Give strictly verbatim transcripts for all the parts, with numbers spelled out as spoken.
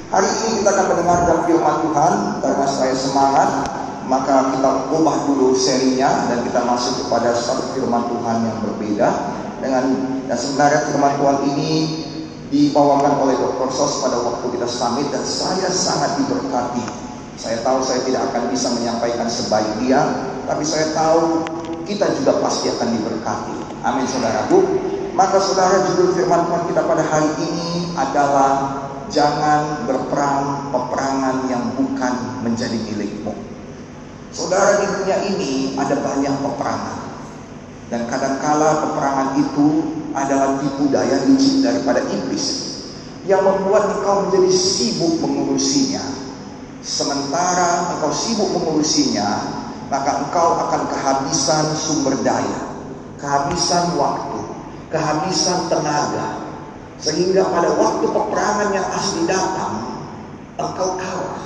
Hari ini kita akan mendengarkan firman Tuhan. Karena saya semangat, maka kita ubah dulu serinya dan kita masuk kepada satu firman Tuhan yang berbeda. Dengan dan sebenarnya firman Tuhan ini dibawakan oleh doktor Sos pada waktu kita summit dan saya sangat diberkati. Saya tahu saya tidak akan bisa menyampaikan sebaik dia, tapi saya tahu kita juga pasti akan diberkati. Amin, saudaraku. Maka saudara, judul firman Tuhan kita pada hari ini adalah jangan berperang peperangan yang bukan menjadi milikmu. Saudara, di dunia ini ada banyak peperangan. Dan kadangkala peperangan itu adalah tipu daya licik daripada iblis yang membuat engkau menjadi sibuk mengurusinya. Sementara engkau sibuk mengurusinya, maka engkau akan kehabisan sumber daya, kehabisan waktu, kehabisan tenaga, sehingga pada waktu peperangan yang asli datang, engkau kalah.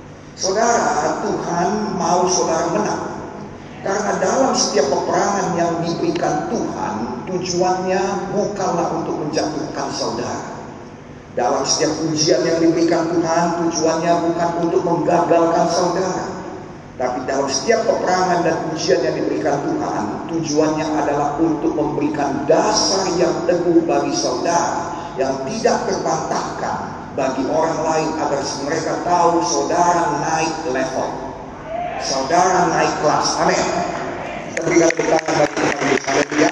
Saudara, Tuhan mau saudara menang. Karena dalam setiap peperangan yang diberikan Tuhan, tujuannya bukanlah untuk menjatuhkan saudara. Dalam setiap ujian yang diberikan Tuhan, tujuannya bukan untuk menggagalkan saudara. Tapi dalam setiap peperangan dan ujian yang diberikan Tuhan, tujuannya adalah untuk memberikan dasar yang teguh bagi saudara, yang tidak terbantahkan bagi orang lain, agar mereka tahu saudara naik level, saudara naik kelas. Amin. Kita berikan tepuk tangan bagi Tuhan. Haleluya.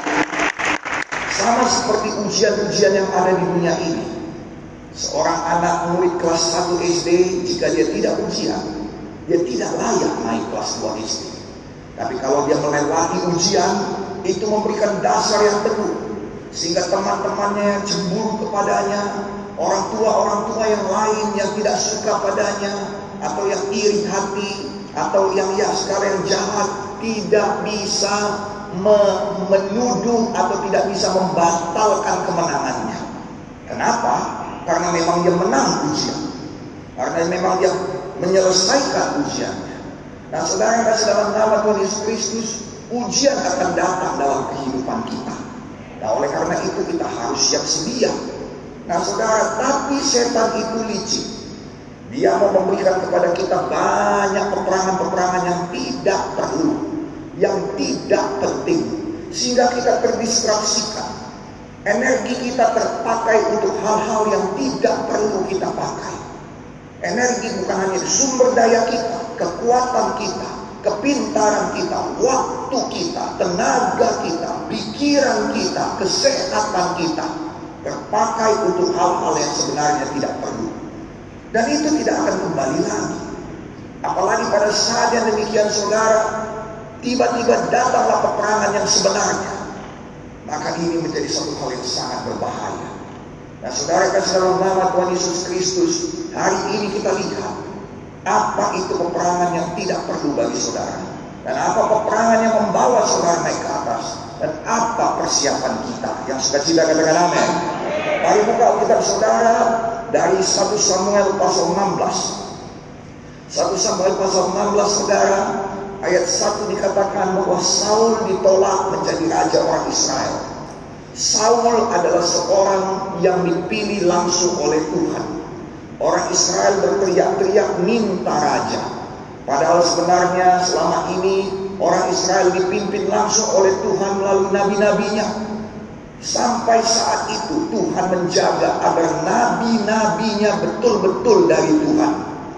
Sama seperti ujian-ujian yang ada di dunia ini. Seorang anak murid kelas satu S D, jika dia tidak ujian, dia tidak layak naik kelas dua S D. Tapi kalau dia melewati ujian, itu memberikan dasar yang teguh, sehingga teman-temannya cemburu kepadanya, orang tua-orang tua yang lain yang tidak suka padanya, atau yang iri hati, atau yang ya sekarang yang jahat, tidak bisa me- menuduh atau tidak bisa membatalkan kemenangannya. Kenapa? Karena memang dia menang ujian, karena memang dia menyelesaikan ujiannya. Nah, saudara yang kasih dalam nama Tuhan Yesus Kristus, ujian akan datang dalam kehidupan kita. Nah, oleh karena itu kita harus siap sedia. Nah, saudara, tapi setan itu licik. Dia mau memberikan kepada kita banyak peperangan-peperangan yang tidak perlu, yang tidak penting, sehingga kita terdistraksikan. Energi kita terpakai untuk hal-hal yang tidak perlu kita pakai. Energi bukan hanya sumber daya kita, kekuatan kita, kepintaran kita, waktu kita, tenaga kita, pikiran kita, kesehatan kita terpakai untuk hal-hal yang sebenarnya tidak perlu. Dan itu tidak akan kembali lagi. Apalagi pada saat yang demikian, saudara, tiba-tiba datanglah peperangan yang sebenarnya. Maka ini menjadi satu hal yang sangat berbahaya. Nah, saudara kasih dalam nama Tuhan Yesus Kristus, hari ini kita lihat apa itu peperangan yang tidak perlu bagi saudara, dan apa peperangan yang membawa saudara naik ke atas, dan apa persiapan kita. Yang sukacita katakan amin. Mari buka Alkitab saudara dari satu Samuel pasal enam belas. satu Samuel pasal enam belas saudara, ayat satu dikatakan bahwa Saul ditolak menjadi raja orang Israel. Saul adalah seorang yang dipilih langsung oleh Tuhan. Orang Israel berteriak-teriak minta raja. Padahal sebenarnya selama ini orang Israel dipimpin langsung oleh Tuhan melalui nabi-nabinya. Sampai saat itu Tuhan menjaga agar nabi-nabinya betul-betul dari Tuhan.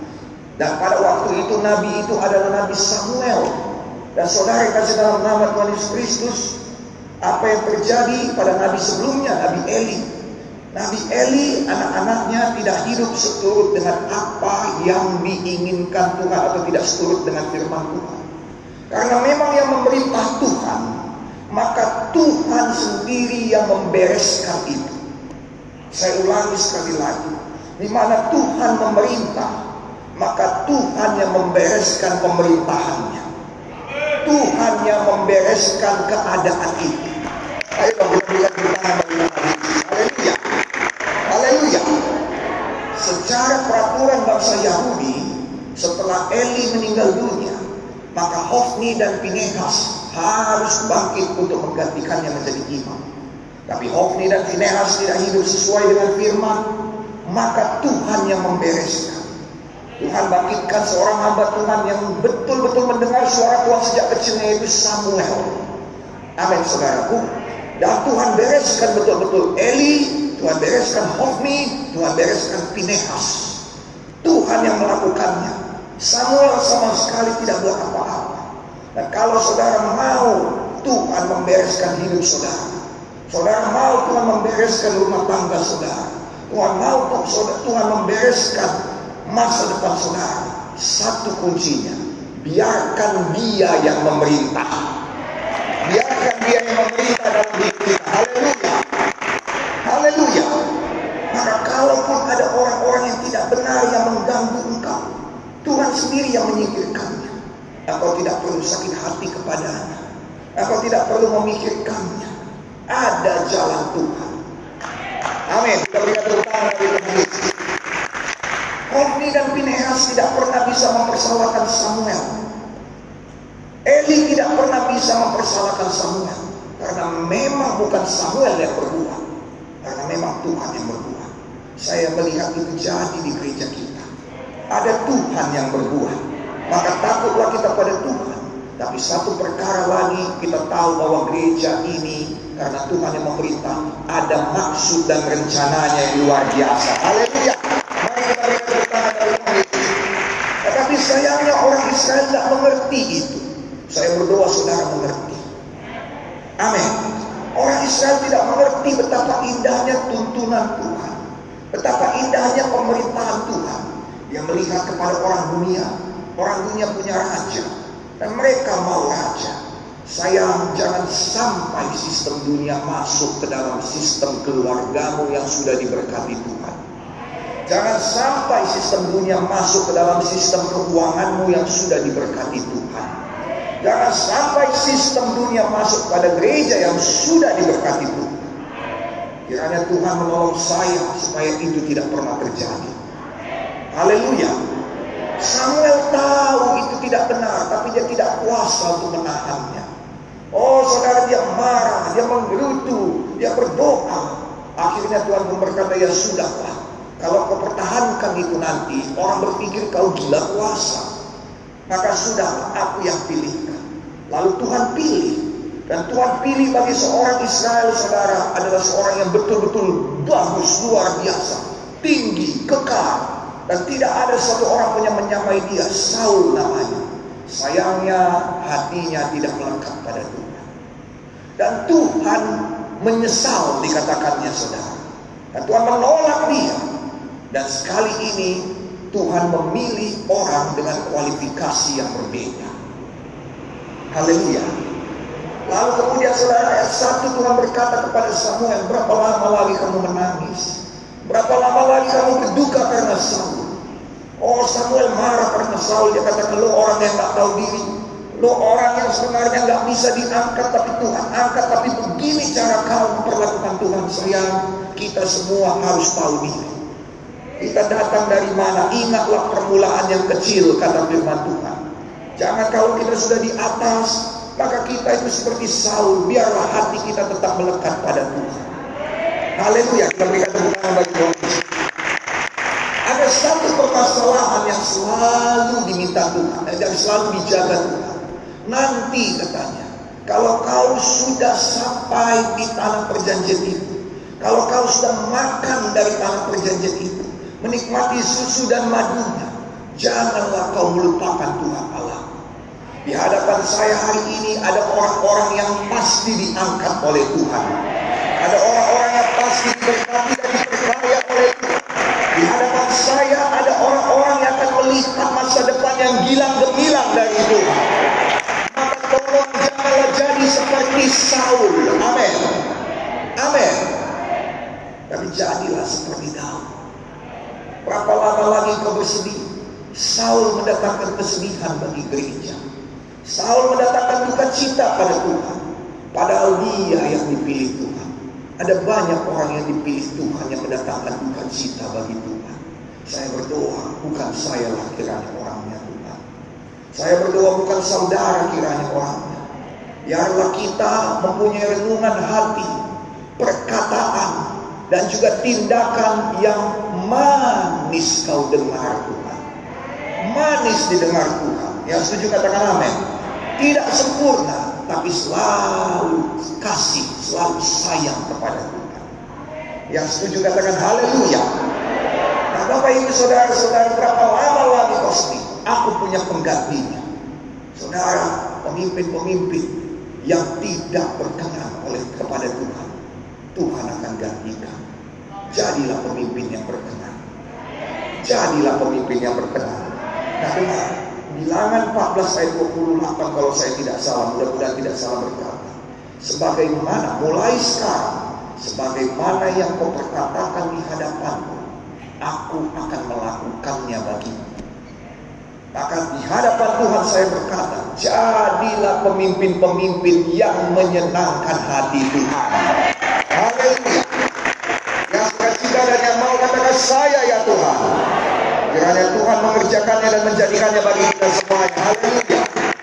Dan pada waktu itu nabi itu adalah Nabi Samuel. Dan saudara kasih dalam nama Tuhan Yesus Kristus, apa yang terjadi pada nabi sebelumnya, Nabi Eli. Nabi Eli, anak-anaknya tidak hidup seturut dengan apa yang diinginkan Tuhan, atau tidak seturut dengan firman Tuhan. Karena memang yang memerintah Tuhan, maka Tuhan sendiri yang membereskan itu. Saya ulangi sekali lagi, di mana Tuhan memerintah, maka Tuhan yang membereskan pemerintahannya. Tuhan yang membereskan keadaan itu. Ayo kita berikan tangan bagi Tuhan. Haleluya. Haleluya. Secara peraturan bangsa Yahudi, setelah Eli meninggal dunia, maka Hofni dan Pinehas harus bangkit untuk menggantikannya menjadi imam. Tapi Hofni dan Pinehas tidak hidup sesuai dengan firman, maka Tuhan yang membereskan. Tuhan bangkitkan seorang hamba Tuhan yang betul-betul mendengar suara Tuhan sejak kecilnya, yaitu Samuel. Amin, saudaraku. Dan Tuhan bereskan betul-betul Eli, Tuhan bereskan Hofni, Tuhan bereskan Pinehas. Tuhan yang melakukannya. Samuel sama sekali tidak buat apa-apa. Dan kalau saudara mau Tuhan membereskan hidup saudara, saudara mau Tuhan membereskan rumah tangga saudara, Tuhan mau Tuhan membereskan masa depan saudara, satu kuncinya, biarkan Dia yang memerintah. Biarkan Dia yang memerintah dalam hidup kita. Haleluya. Haleluya. Maka kalaupun ada orang-orang yang tidak benar yang mengganggu engkau, Tuhan sendiri yang menyingkirkannya. Engkau tidak perlu sakit hati kepadanya. Engkau tidak perlu memikirkannya. Ada jalan Tuhan. Amin. Kita berikan tepuk tangan bagi Tuhan Yesus. Hofni dan Pinehas tidak pernah bisa mempersalahkan Samuel. Eli tidak pernah bisa mempersalahkan Samuel, karena memang bukan Samuel yang berbuat, karena memang Tuhan yang berbuat. Saya melihat itu jadi di gereja kita. Ada Tuhan yang berbuat, maka takutlah kita pada Tuhan. Tapi satu perkara lagi, kita tahu bahwa gereja ini, karena Tuhan yang memerintah, ada maksud dan rencananya yang luar biasa. Haleluya. Mari kita berikan tepuk tangan dari Tuhan Yesus. Tetapi sayangnya orang Israel tidak mengerti itu. Saya berdoa saudara mengerti. Amin. Orang Israel tidak mengerti betapa indahnya tuntunan Tuhan, betapa indahnya pemerintahan Tuhan. Dia melihat kepada orang dunia. Orang dunia punya raja, dan mereka mau raja. Sayang, jangan sampai sistem dunia masuk ke dalam sistem keluargamu yang sudah diberkati Tuhan. Jangan sampai sistem dunia masuk ke dalam sistem keuanganmu yang sudah diberkati Tuhan. Jangan sampai sistem dunia masuk pada gereja yang sudah diberkati Tuhan. Kiranya Tuhan menolong saya supaya itu tidak pernah terjadi. Haleluya. Samuel tahu itu tidak benar, tapi dia tidak kuasa untuk menahannya. Oh saudara, dia marah, dia menggerutu, dia berdoa. Akhirnya Tuhan pun berkata, ya sudahlah, kalau kau pertahankan itu nanti, orang berpikir kau gila kuasa. Maka sudah, aku yang pilihkan. Lalu Tuhan pilih. Dan Tuhan pilih bagi seorang Israel, saudara, adalah seorang yang betul-betul bagus, luar biasa, tinggi, kekal. Dan tidak ada satu orang pun yang menyamai dia. Saul namanya. Sayangnya hatinya tidak melekat pada Tuhan. Dan Tuhan menyesal, dikatakannya saudara. Dan Tuhan menolak dia. Dan sekali ini Tuhan memilih orang dengan kualifikasi yang berbeda. Haleluya. Lalu kemudian saudara, ayat satu Tuhan berkata kepada Samuel, berapa lama lagi kamu menangis? Berapa lama lagi kamu berduka karena Saul? Oh, Samuel marah karena Saul. Dia katakan, lo orang yang gak tahu diri, lo orang yang sebenarnya gak bisa diangkat, tapi Tuhan angkat. Tapi begini cara kau memperlakukan Tuhan. Sayang, kita semua harus tahu diri. Kita datang dari mana? Ingatlah permulaan yang kecil, kata firman Tuhan. Jangan kalau kita sudah di atas, maka kita itu seperti Saul. Biarlah hati kita tetap melekat pada Tuhan. Haleluya. Kita berikan tepuk tangan bagi Tuhan. Ada satu permasalahan yang selalu diminta Tuhan, yang selalu dijaga Tuhan. Nanti katanya, kalau kau sudah sampai di tanah perjanjian itu, kalau kau sudah makan dari tanah perjanjian itu, menikmati susu dan madunya, janganlah kau melupakan Tuhan Allah. Di hadapan saya hari ini ada orang-orang yang pasti diangkat oleh Tuhan. Ada orang-orang yang pasti diberkati dan diperkaya oleh Tuhan. Di hadapan saya ada orang-orang yang akan melihat masa depan yang gilang gemilang dari Tuhan. Maka tolong janganlah jadi seperti Saul. Amin. Amin. Tapi jadilah seperti Daud. Berapa lama lagi kau bersedih? Saul mendatangkan kesedihan bagi gereja. Saul mendatangkan duka cita pada Tuhan. Padahal dia yang dipilih Tuhan. Ada banyak orang yang dipilih Tuhan yang mendatangkan duka cita bagi Tuhan. Saya berdoa, bukan saya lah kiranya orangnya Tuhan. Saya berdoa bukan saudara kiranya orangnya. Biarlah kita mempunyai renungan hati, perkataan, dan juga tindakan yang manis kau dengar Tuhan. Manis didengar Tuhan. Yang setuju katakan amin. Tidak sempurna, tapi selalu kasih, selalu sayang kepada Tuhan. Yang setuju katakan haleluya. Nah, Bapak Ibu saudara-saudara, berapa lama lagi kau sedih? Aku punya penggantinya. Saudara, pemimpin-pemimpin yang tidak berkenan oleh kepada Tuhan, Tuhan akan gantikan. Jadilah pemimpin yang berkenan. Jadilah pemimpin yang berkenan. Nah, dengar, Bilangan empat belas ayat dua puluh delapan kalau saya tidak salah, mudah-mudahan tidak salah berkata. Sebagaimana mulai sekarang, sebagaimana yang kau perkatakan di hadapanku, aku akan melakukannya bagimu. Maka di hadapan Tuhan saya berkata, jadilah pemimpin-pemimpin yang menyenangkan hati Tuhan. Haleluya. Yang sukacita dan yang mau katakan saya ya Tuhan. Kiranya Tuhan mengerjakannya dan menjadikannya bagi kita semuanya. Haleluya.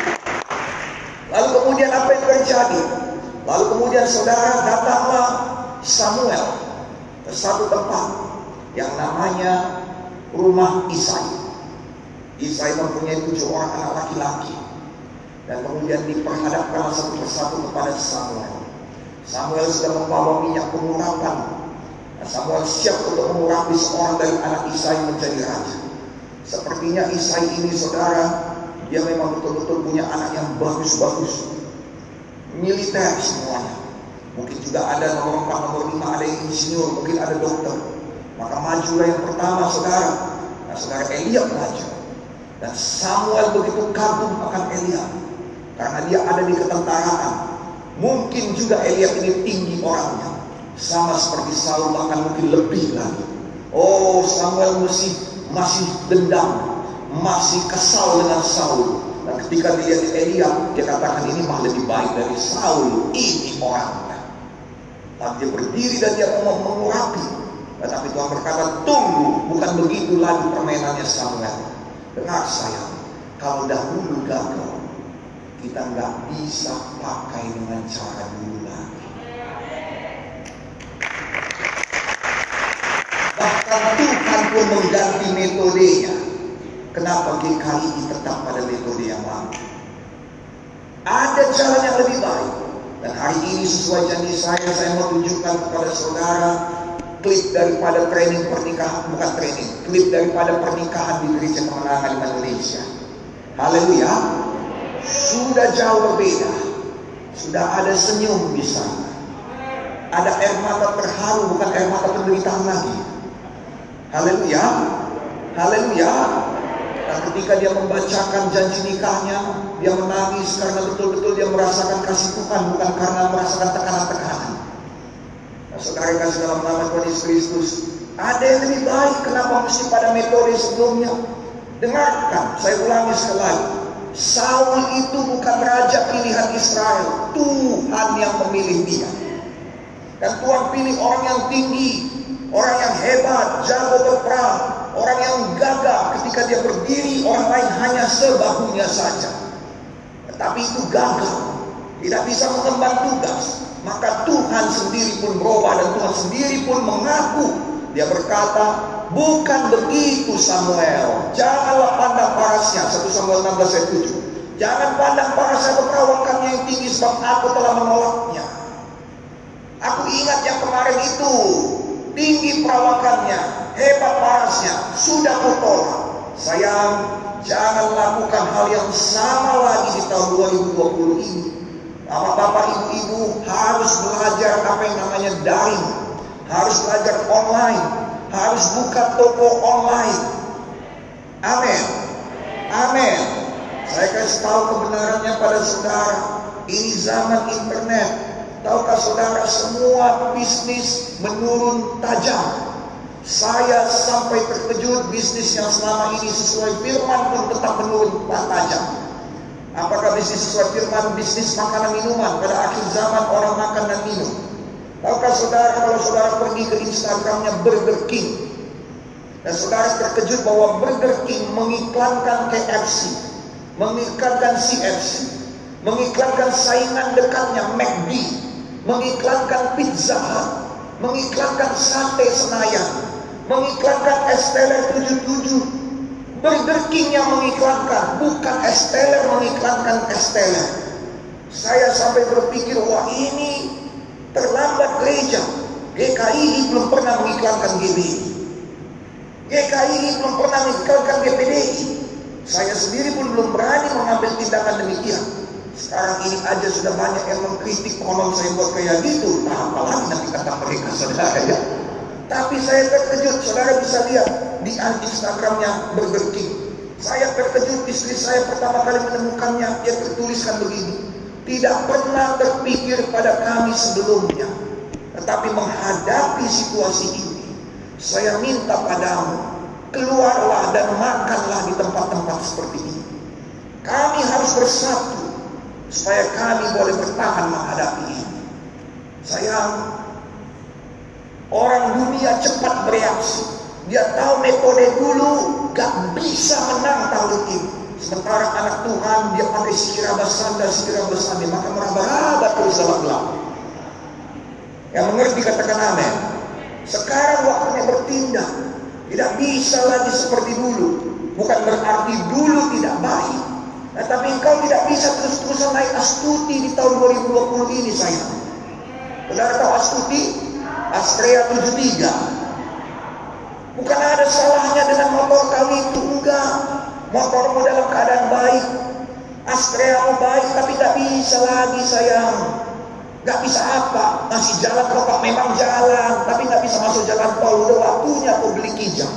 Lalu kemudian apa yang terjadi? Lalu kemudian saudara, datanglah Samuel ke satu tempat yang namanya rumah Isai. Isai mempunyai tujuh orang anak laki-laki, dan kemudian diperhadapkan satu persatu kepada Samuel. Samuel sudah membawa minyak pengurapan. Samuel siap untuk mengurapi seorang dari anak Isai menjadi raja. Sepertinya Isai ini saudara, dia memang betul-betul punya anak yang bagus-bagus, militer semuanya. Mungkin juga ada nomor empat, nomor lima, ada yang insinyur, mungkin ada dokter. Maka majulah yang pertama saudara. Nah, saudara Eliab maju. Dan Samuel begitu kagum akan Eliab karena dia ada di ketentaraan. Mungkin juga Eliab ini tinggi orangnya, sama seperti Saul, bahkan mungkin lebih lagi. Oh, Samuel masih masih dendam, masih kesal dengan Saul. Dan ketika dia lihat Eliab, dia katakan ini mah lebih baik dari Saul, ini orangnya. Lalu dia berdiri dan dia mau mengurapi. Tetapi Tuhan berkata, tunggu, bukan begitu lagi permainannya Samuel. Dengar sayang, kalau dahulu gagal, kita nggak bisa pakai dengan cara dulu lagi. Bahkan Tuhan pun mengganti metodenya. Kenapa G K I tetap pada metode yang lama? Ada jalan yang lebih baik. Dan hari ini sesuai janji saya, saya mau tunjukkan kepada saudara klip daripada training pernikahan, bukan training, klip daripada pernikahan di Gereja Kemenangan Indonesia. Haleluya. Sudah jauh berbeda. Sudah ada senyum di sana. Ada air mata terharu, bukan air mata penderitaan lagi. Haleluya. Haleluya. Dan ketika dia membacakan janji nikahnya, dia menangis karena betul-betul dia merasakan kasih Tuhan, bukan karena merasakan tekanan-tekanan. Nah, saudara kasih dalam nama Tuhan Yesus Kristus, ada yang lebih baik. Kenapa mesti pada metode sebelumnya? Dengarkan, saya ulangi sekali lagi. Saul itu bukan raja pilihan Israel, Tuhan yang memilih dia. Dan Tuhan pilih orang yang tinggi, orang yang hebat, jago berperang, orang yang gagah. Ketika dia berdiri, orang lain hanya sebahunya saja. Tetapi itu gagal, tidak bisa mengemban tugas. Maka Tuhan sendiri pun berubah dan Tuhan sendiri pun mengaku. Dia berkata, bukan begitu Samuel. Janganlah pandang parasnya. satu Samuel enam belas ayat tujuh. Jangan pandang parasnya atau perawakannya yang tinggi, sebab aku telah menolaknya. Aku ingat yang kemarin itu, tinggi perawakannya, hebat parasnya, sudah kutolak. Sayang, jangan lakukan hal yang sama lagi di tahun dua ribu dua puluh ini. Bapak-bapak, ibu-ibu harus belajar apa yang namanya daring, harus belajar online, harus buka toko online. Amin. Amin. Saya kasih tahu kebenarannya pada saudara. Ini zaman internet. Tahukah saudara, semua bisnis menurun tajam. Saya sampai terkejut, bisnis yang selama ini sesuai firman pun tetap menurun tajam. Apakah bisnis sesuai firman? Bisnis makanan minuman. Pada akhir zaman orang makan dan minum. Tahukah saudara, kalau saudara pergi ke Instagramnya Burger King, dan saudara terkejut bahwa Burger King mengiklankan K F C, mengiklankan C F C, mengiklankan saingan dekatnya McD, mengiklankan Pizza Hut, mengiklankan Sate Senayan, mengiklankan Esteller tujuh puluh tujuh. Burger King yang mengiklankan, bukan Esteller mengiklankan Esteller. Saya sampai berpikir, wah ini terlambat gereja. G K I I belum pernah mengiklankan G B I. G K I I belum pernah mengiklankan G P D I. Saya sendiri pun belum berani mengambil tindakan demikian. Sekarang ini aja sudah banyak yang mengkritik, konon saya buat kayak gitu. Nah, apalagi nanti kata mereka, saudara ya. Tapi saya terkejut, saudara bisa lihat di Instagramnya Burger King. Saya terkejut, istri saya pertama kali menemukannya, dia tertuliskan begini: tidak pernah terpikir pada kami sebelumnya, tetapi menghadapi situasi ini, saya minta padamu, keluarlah dan makanlah di tempat-tempat seperti ini. Kami harus bersatu supaya kami boleh bertahan menghadapi ini. Sayang, orang dunia cepat bereaksi. Dia tahu metode dulu gak bisa menang tahun ini. Sementara anak Tuhan dia pakai sikira basanda, sikira basanda, maka meraba-raba terus dalam gelap. Yang mengerti katakan amin. Sekarang waktunya bertindak. Tidak bisa lagi seperti dulu. Bukan berarti dulu tidak baik. Nah, tapi engkau tidak bisa terus-terusan naik Astuti di tahun dua ribu dua puluh ini, sayang. Saudara tahu Astuti? Astrea tujuh puluh tiga. Bukan ada salahnya dengan motor kau itu, enggak. Motormu dalam keadaan baik, Astrea baik, tapi tak bisa lagi, sayang. Gak bisa apa? Masih jalan kau, Pak, memang jalan, tapi gak bisa masuk jalan tol. Udah waktunya kau beli kijang.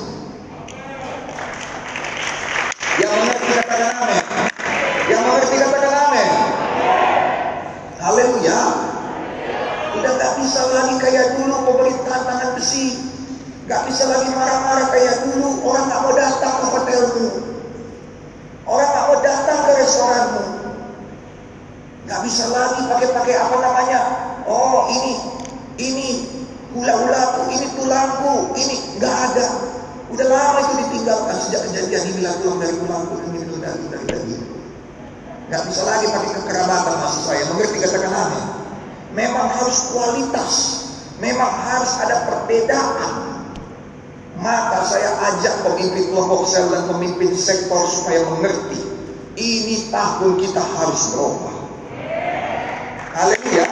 Yang mengerti katakan amin. Yang mengerti katakan amin. Haleluya. Udah gak bisa lagi kayak dulu pemerintahan tangan besi. Gak bisa lagi marah-marah kayak dulu. Orang gak mau datang ke hotelmu. Orang gak mau datang ke restoranmu. Gak bisa lagi pakai-pakai apa namanya. Oh ini, ini hula-hulaku, ini tulangku, ini gak ada. Udah lama itu ditinggalkan sejak kejadian ini. Tulang dari tulangku, ini dari dari dari dari. Gak bisa lagi pakai kekerabatan, maksud saya. Mengerti katakan amin. Memang harus kualitas. Memang harus ada perbedaan. Maka saya ajak pemimpin kelompok sel dan pemimpin sektor supaya mengerti. Ini tahun kita harus berubah. Haleluya.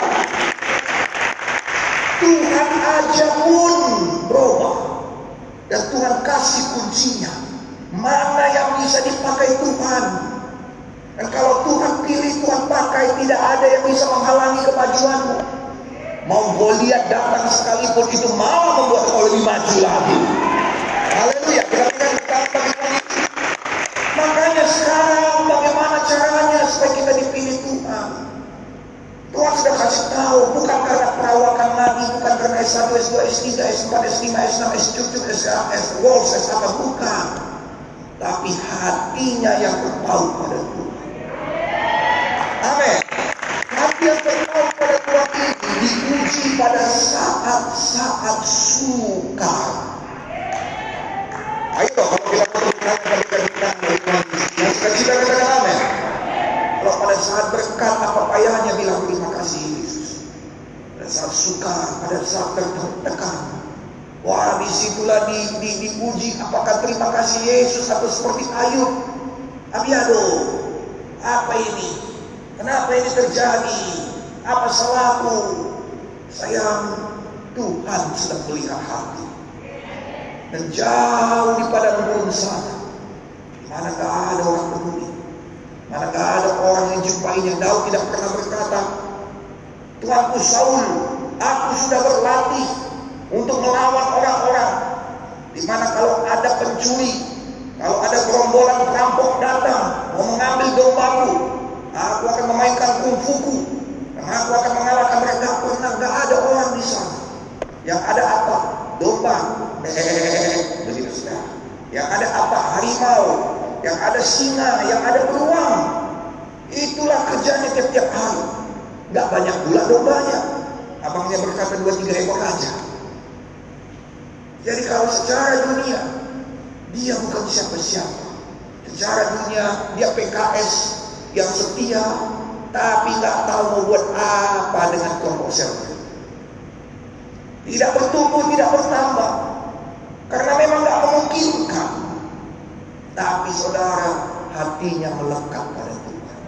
Tuhan aja pun berubah. Dan Tuhan kasih kuncinya. Mana yang bisa dipakai Tuhan. Dan kalau Tuhan pilih, Tuhan pakai, tidak ada yang bisa menghalangi kemajuanmu. Mau Goliat datang sekalipun, itu malah membuat kau lebih maju lagi. Haleluya. Makanya sekarang bagaimana caranya supaya kita dipilih Tuhan. Tuhan sudah kasih tahu, bukan karena perawakan lagi, bukan karena S satu, S dua, S tiga, S empat, S lima, S enam, S tujuh, S Wolf, S apa, bukan. Tapi hatinya yang terpaut pada Tuhan. Amin. Hati yang terpaut pada Tuhan ini diuji pada saat-saat sukar. Ayo kalau kita berdoa pada kita yang suka-suka katakan amin. Kalau pada saat berkat apa payahnya bilang terima kasih Yesus. Pada saat sukar, pada saat tertekan, wah disitulah di, di, diuji apakah terima kasih Yesus atau seperti Ayub. Abiado, apa ini? Kenapa ini terjadi? Apa salahku? Sayang, Tuhan sedang melihat hati. Dan jauh di padang gurun sana, mana gak ada orang peduli, mana gak ada orang yang jumpainya. Daud tidak pernah berkata, Tuanku Saul, aku sudah berlatih untuk melawan orang-orang. Dimana kalau ada pencuri, kalau ada gerombolan perampok datang mau mengambil dombaku, aku akan memainkan kungfuku dan aku akan mengalahkan mereka. Pernah gak ada orang di sana. Yang ada apa? Domba. Begitu sudah. Yang ada apa? Harimau. Yang ada singa. Yang ada beruang. Itulah kerjanya tiap-tiap hari. Gak banyak pula dombanya. Abangnya berkata dua tiga ekor aja. Jadi kalau secara dunia dia bukan siapa-siapa. Secara dunia dia P K S yang setia, tapi gak tahu mau buat apa dengan kelompok sel. Tidak bertumbuh, tidak bertambah. Karena memang gak memungkinkan. Tapi saudara, hatinya melekat pada Tuhan.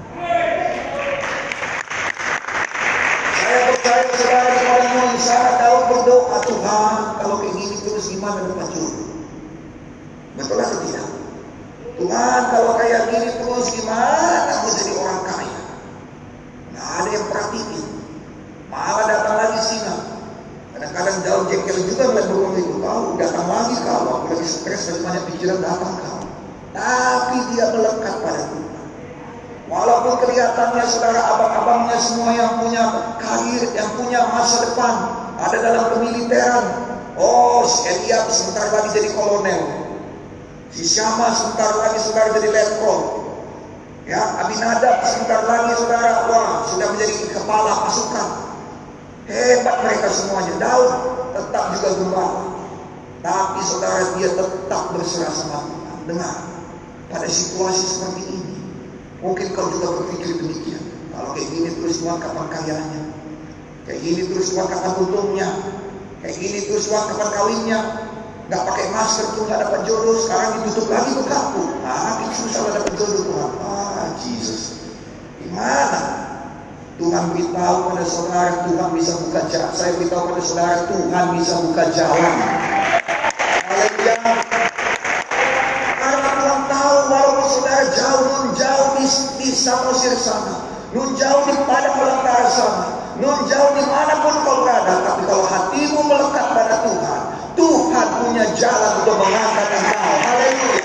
Saya percaya saudara di padang sana Daud berdoa, Tuhan kalau kayak gini terus gimana dapat jodoh? Betul atau tidak? Tuhan kalau kayak gini terus gimana aku jadi orang kaya? Nggak ada yang perhatiin. Malah datang lagi singa. Kadang-kadang Daud jengkel juga melihat beruang itu. Kau datang lagi kau, aku lagi stres dari banyak pikiran datang kau. Tapi dia melekat pada Tuhan. Walaupun kelihatannya saudara abang-abangnya semua yang punya karir, yang punya masa depan, ada dalam kemiliteran. Oh, si Eliab sebentar lagi jadi kolonel. Si Syama sebentar lagi saudara jadi letkol. Ya, Abinadab sebentar lagi saudara, wah, sudah menjadi kepala pasukan. Hebat mereka semuanya. Daud tetap juga gembala. Tapi saudara, dia tetap berserah sama Tuhan. Dengar, pada situasi seperti ini, mungkin kau juga berpikir demikian. Kalau kayak gini terus Tuhan kapan kayanya? Kayak gini terus Tuhan kapan untungnya? Kayak gini terus Tuhan kapan kawinnya? Gak pakai masker tuh gak dapat jodoh. Sekarang ditutup lagi bekaku. Ah, itu susah dapat jodoh Tuhan. Ah, Jesus. Gimana? Tuhan beritahu pada saudara, Tuhan bisa buka jalan. Saya beritahu pada saudara, Tuhan bisa buka jalan. Haleluya. Karena Tuhan tahu walaupun saudara jauh, nun jauh di, di Samosir sana, nun jauh di padang belantara sana, nun jauh dimanapun kau berada, tapi kalau hatimu melekat pada Tuhan, Tuhan punya jalan untuk mengangkat engkau. Haleluya.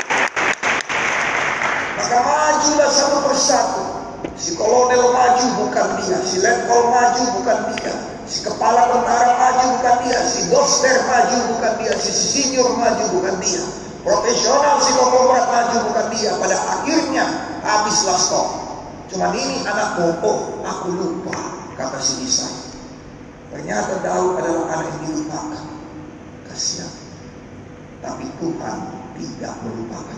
Maka majulah satu persatu. Si kolonel maju bukan dia, si letkol maju bukan dia, si kepala tentara maju bukan dia, si doster maju bukan dia, si senior maju bukan dia, profesional si konglomerat maju bukan dia. Pada akhirnya habislah stok. Cuma ini anak bohong, aku lupa, kata si Isai. Ternyata Daud adalah anak yang dilupakan. Kasihan. Tapi Tuhan tidak melupakan.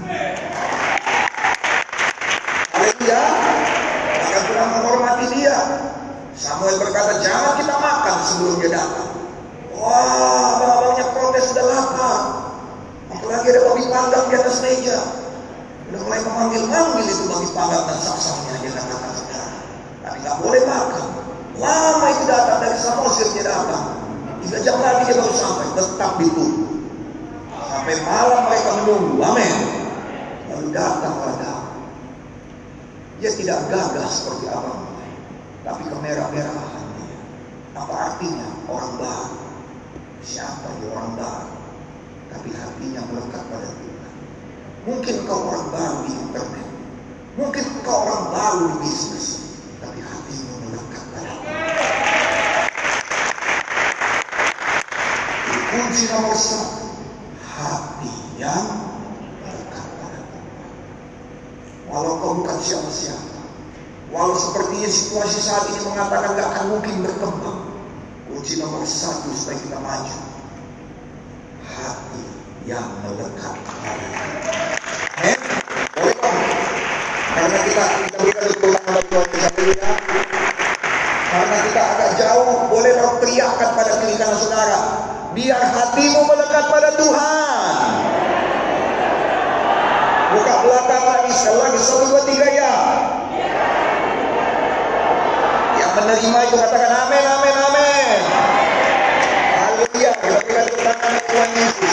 Haleluya. Maka Tuhan menghormati dia. Samuel berkata, jangan kita makan sebelum dia datang. Wah, abang-abangnya protes, sudah lapar. Apalagi ada babi panggang di atas meja. Udah mulai memanggil-manggil itu babi panggang dan saksanya, dia katakan saudara. Tapi gak boleh makan. Lama itu datang dari Samosir, dia datang. Tiga jam lagi dia baru sampai, tetap ditunggu. Sampai malam mereka menunggu, amin. Lalu datang pada dia tidak gagah seperti abang, tapi kemerah-merahan dia. Apa artinya? Orang baru. Siapa dia orang baru? Tapi hatinya melekat pada Tuhan. Mungkin kau orang baru di internet, mungkin kau orang baru di bisnis, tapi hatimu melekat pada Tuhan. Jadi kunci nomor satu, hati yang melekat pada Tuhan. Walau kau bukan siapa-siapa, walau sepertinya situasi saat ini mengatakan gak akan mungkin berkembang, kunci nomor satu supaya kita maju, hati yang melekat pada Tuhan. Eh, boleh kan? Karena kita kita berikan tepuk tangan bagi Tuhan kita. Karena kita agak jauh, boleh dong teriakkan pada kiri kanan saudara, biar hatimu melekat pada Tuhan. Buka belakang lagi, sekali lagi, satu, dua, tiga, ya. Yang menerima itu katakan amin, amin, amin. Haleluya, kita berikan tepuk tangan Tuhan Yesus.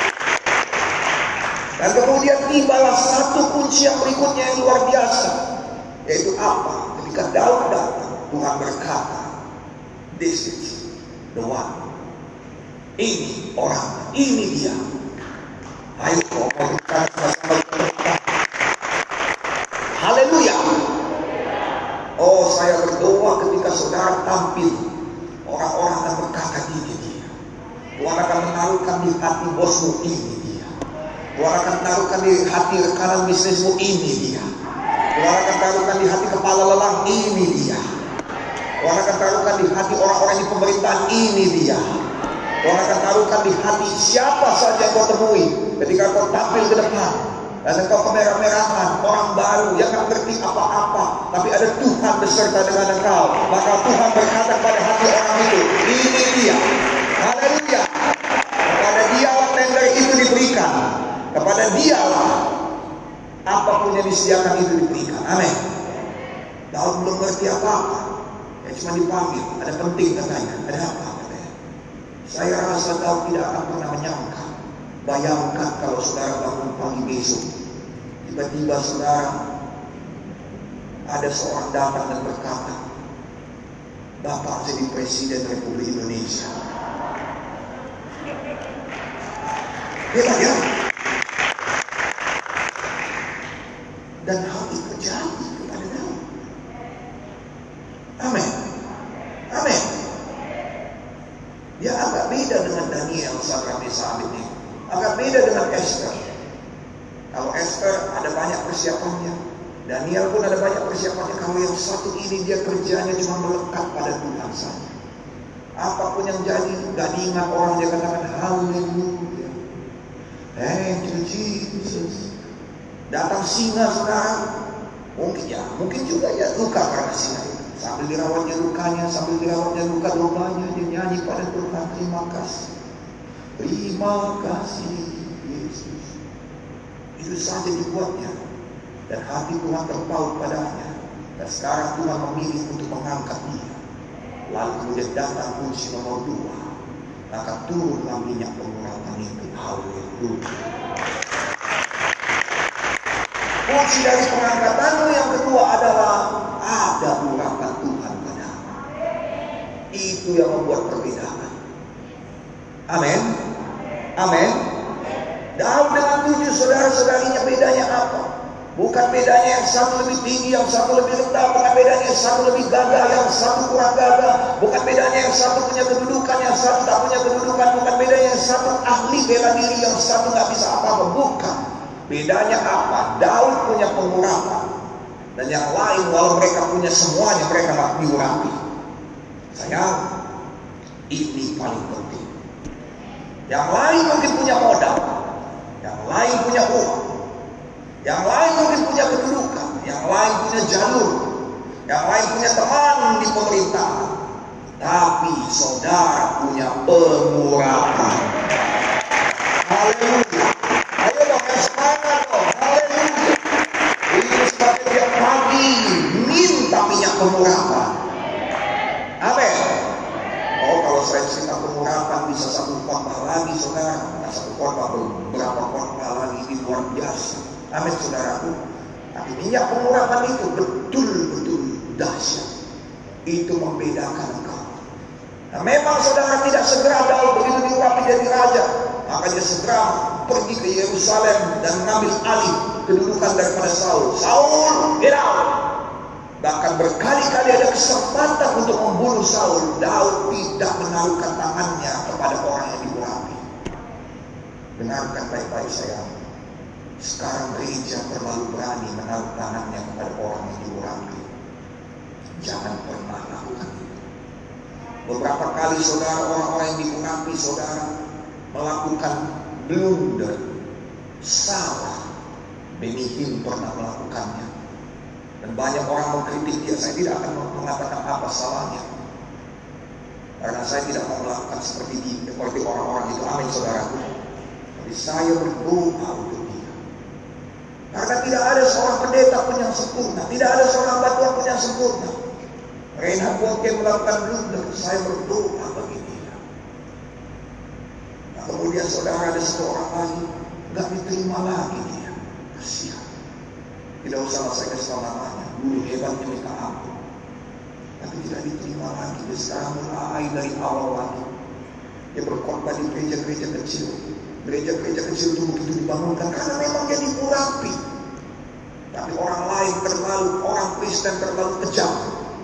Dan kemudian tibalah satu kunci yang berikutnya yang luar biasa, yaitu apa? Ketika Daud datang, Tuhan berkata, this is the one. Ini orang, ini dia. Ayo kau berikan sama-sama. Haleluya. Oh, saya berdoa ketika saudara tampil, orang-orang akan berkata ini dia. Tuhan akan menaruhkan di hati bosmu ini dia. Tuhan akan taruhkan di hati rekanan bisnismu ini dia. Tuhan akan taruhkan di hati kepala lelang ini dia. Tuhan akan taruhkan di hati orang-orang di pemerintahan ini dia. Tuhan akan taruhkan di hati siapa saja yang kau temui ketika kau tampil ke depan. Dan engkau kemerah-merahan, orang baru yang gak ngerti apa-apa, tapi ada Tuhan beserta dengan engkau. Maka Tuhan berkata kepada hati orang itu, ini dia. Haleluya. Kepada dia lah tender diberikan. Kepada dialah apapun yang disediakan itu diberikan. Amin. Daud belum ngerti apa-apa. Ya cuma dipanggil. Ada penting katanya. Ada apa katanya. Saya rasa Daud tidak akan pernah menyangka. Bayangkan kalau saudara bangun pagi besok, tiba-tiba saudara ada seorang datang dan berkata, Bapak jadi Presiden Republik Indonesia. Hebat ya? Dan hal itu terjadi kepada Daud. Amin. Amin. Dia agak beda dengan Daniel, Sadrak, Meshach, Abednego. Agak beda dengan Esther. Kalau Esther ada banyak persiapannya, Daniel pun ada banyak persiapannya. Kalau yang satu ini dia kerjanya cuma melekat pada Tuhan saja. Apapun yang jadi, gak diingat orang, dia katakan haleluya. Thank you Jesus. Datang singa saudara, mungkin ya, mungkin juga ya luka karena singa itu. Sambil dirawatnya lukanya, sambil dirawatnya luka dombanya, dia nyanyi pada Tuhan, terima kasih. Terima kasih Yesus. Itu saja dibuatnya. Dan hati Tuhan terpaut padanya. Dan sekarang Tuhan memilih untuk mengangkat dia. Lalu kemudian datang kunci nomor dua. Maka turunlah minyak pengurapan itu. Haleluya. Kunci dari pengangkatanmu yang kedua adalah ada urapan Tuhan padamu. Itu yang membuat perbedaan. Amin. Amin. Daud dengan tujuh saudara-saudarinya bedanya apa? Bukan bedanya yang satu lebih tinggi, yang satu lebih rendah. Bukan bedanya yang satu lebih gagah, yang satu kurang gagah. Bukan bedanya yang satu punya kedudukan, yang satu tak punya kedudukan. Bukan bedanya yang satu ahli bela diri, yang satu gak bisa apa-apa. Bukan. Bedanya apa? Daud punya pengurapan. Dan yang lain walau mereka punya semuanya, mereka gak diurapi. Sayang, ini paling penting. Yang lain mungkin punya modal, yang lain punya uang, yang lain mungkin punya kedudukan, yang lain punya jalur, yang lain punya teman di pemerintahan. Tapi saudara punya pengurapan. Haleluya. Ayo dong yang semangat dong. Haleluya. Ini sebabnya tiap pagi minta minyak pengurapan. Amin. Oh, kalau saya cerita pengurapan bisa satu khotbah lagi saudara. Nah, satu khotbah beberapa khotbah lagi ini luar biasa. Amin saudaraku. Tapi minyak pengurapan itu betul-betul dahsyat. Itu membedakan engkau. Nah, memang saudara tidak segera Daud begitu diurapi jadi raja, maka dia segera pergi ke Yerusalem dan mengambil alih kedudukan daripada Saul. Saul, get out. Bahkan berkali-kali ada kesempatan untuk membunuh Saul. Daud tidak menaruhkan tangannya kepada orang yang diurapi. Dengarkan baik-baik sayang. Sekarang gereja terlalu berani menaruh tangannya kepada orang yang diurapi. Jangan pernah lakukan itu. Beberapa kali saudara, orang-orang yang diurapi saudara melakukan blunder, salah. Benny Hinn pernah melakukannya. Dan banyak orang mengkritik dia. Saya tidak akan mengatakan apa salahnya, karena saya tidak mau melakukan seperti di, seperti orang-orang itu. Amin saudaraku. Tapi saya berdoa untuk dia. Karena tidak ada seorang pendeta pun yang sempurna. Tidak ada seorang batuan pun yang sempurna. Reinhard Bonnke melakukan blunder. Saya berdoa bagi dia. Nah, kemudian saudara ada satu orang lagi gak diterima lagi dia. Kasihan. Tidak usah saya kasih tahu namanya. Dulu hebatnya minta ampun, tapi tidak diterima lagi. Dia sekarang mulai dari awal lagi. Dia berkhotbah di gereja-gereja kecil. Gereja-gereja kecil itu begitu dibangunkan karena memang dia diurapi. Tapi orang lain terlalu, orang Kristen terlalu kejam.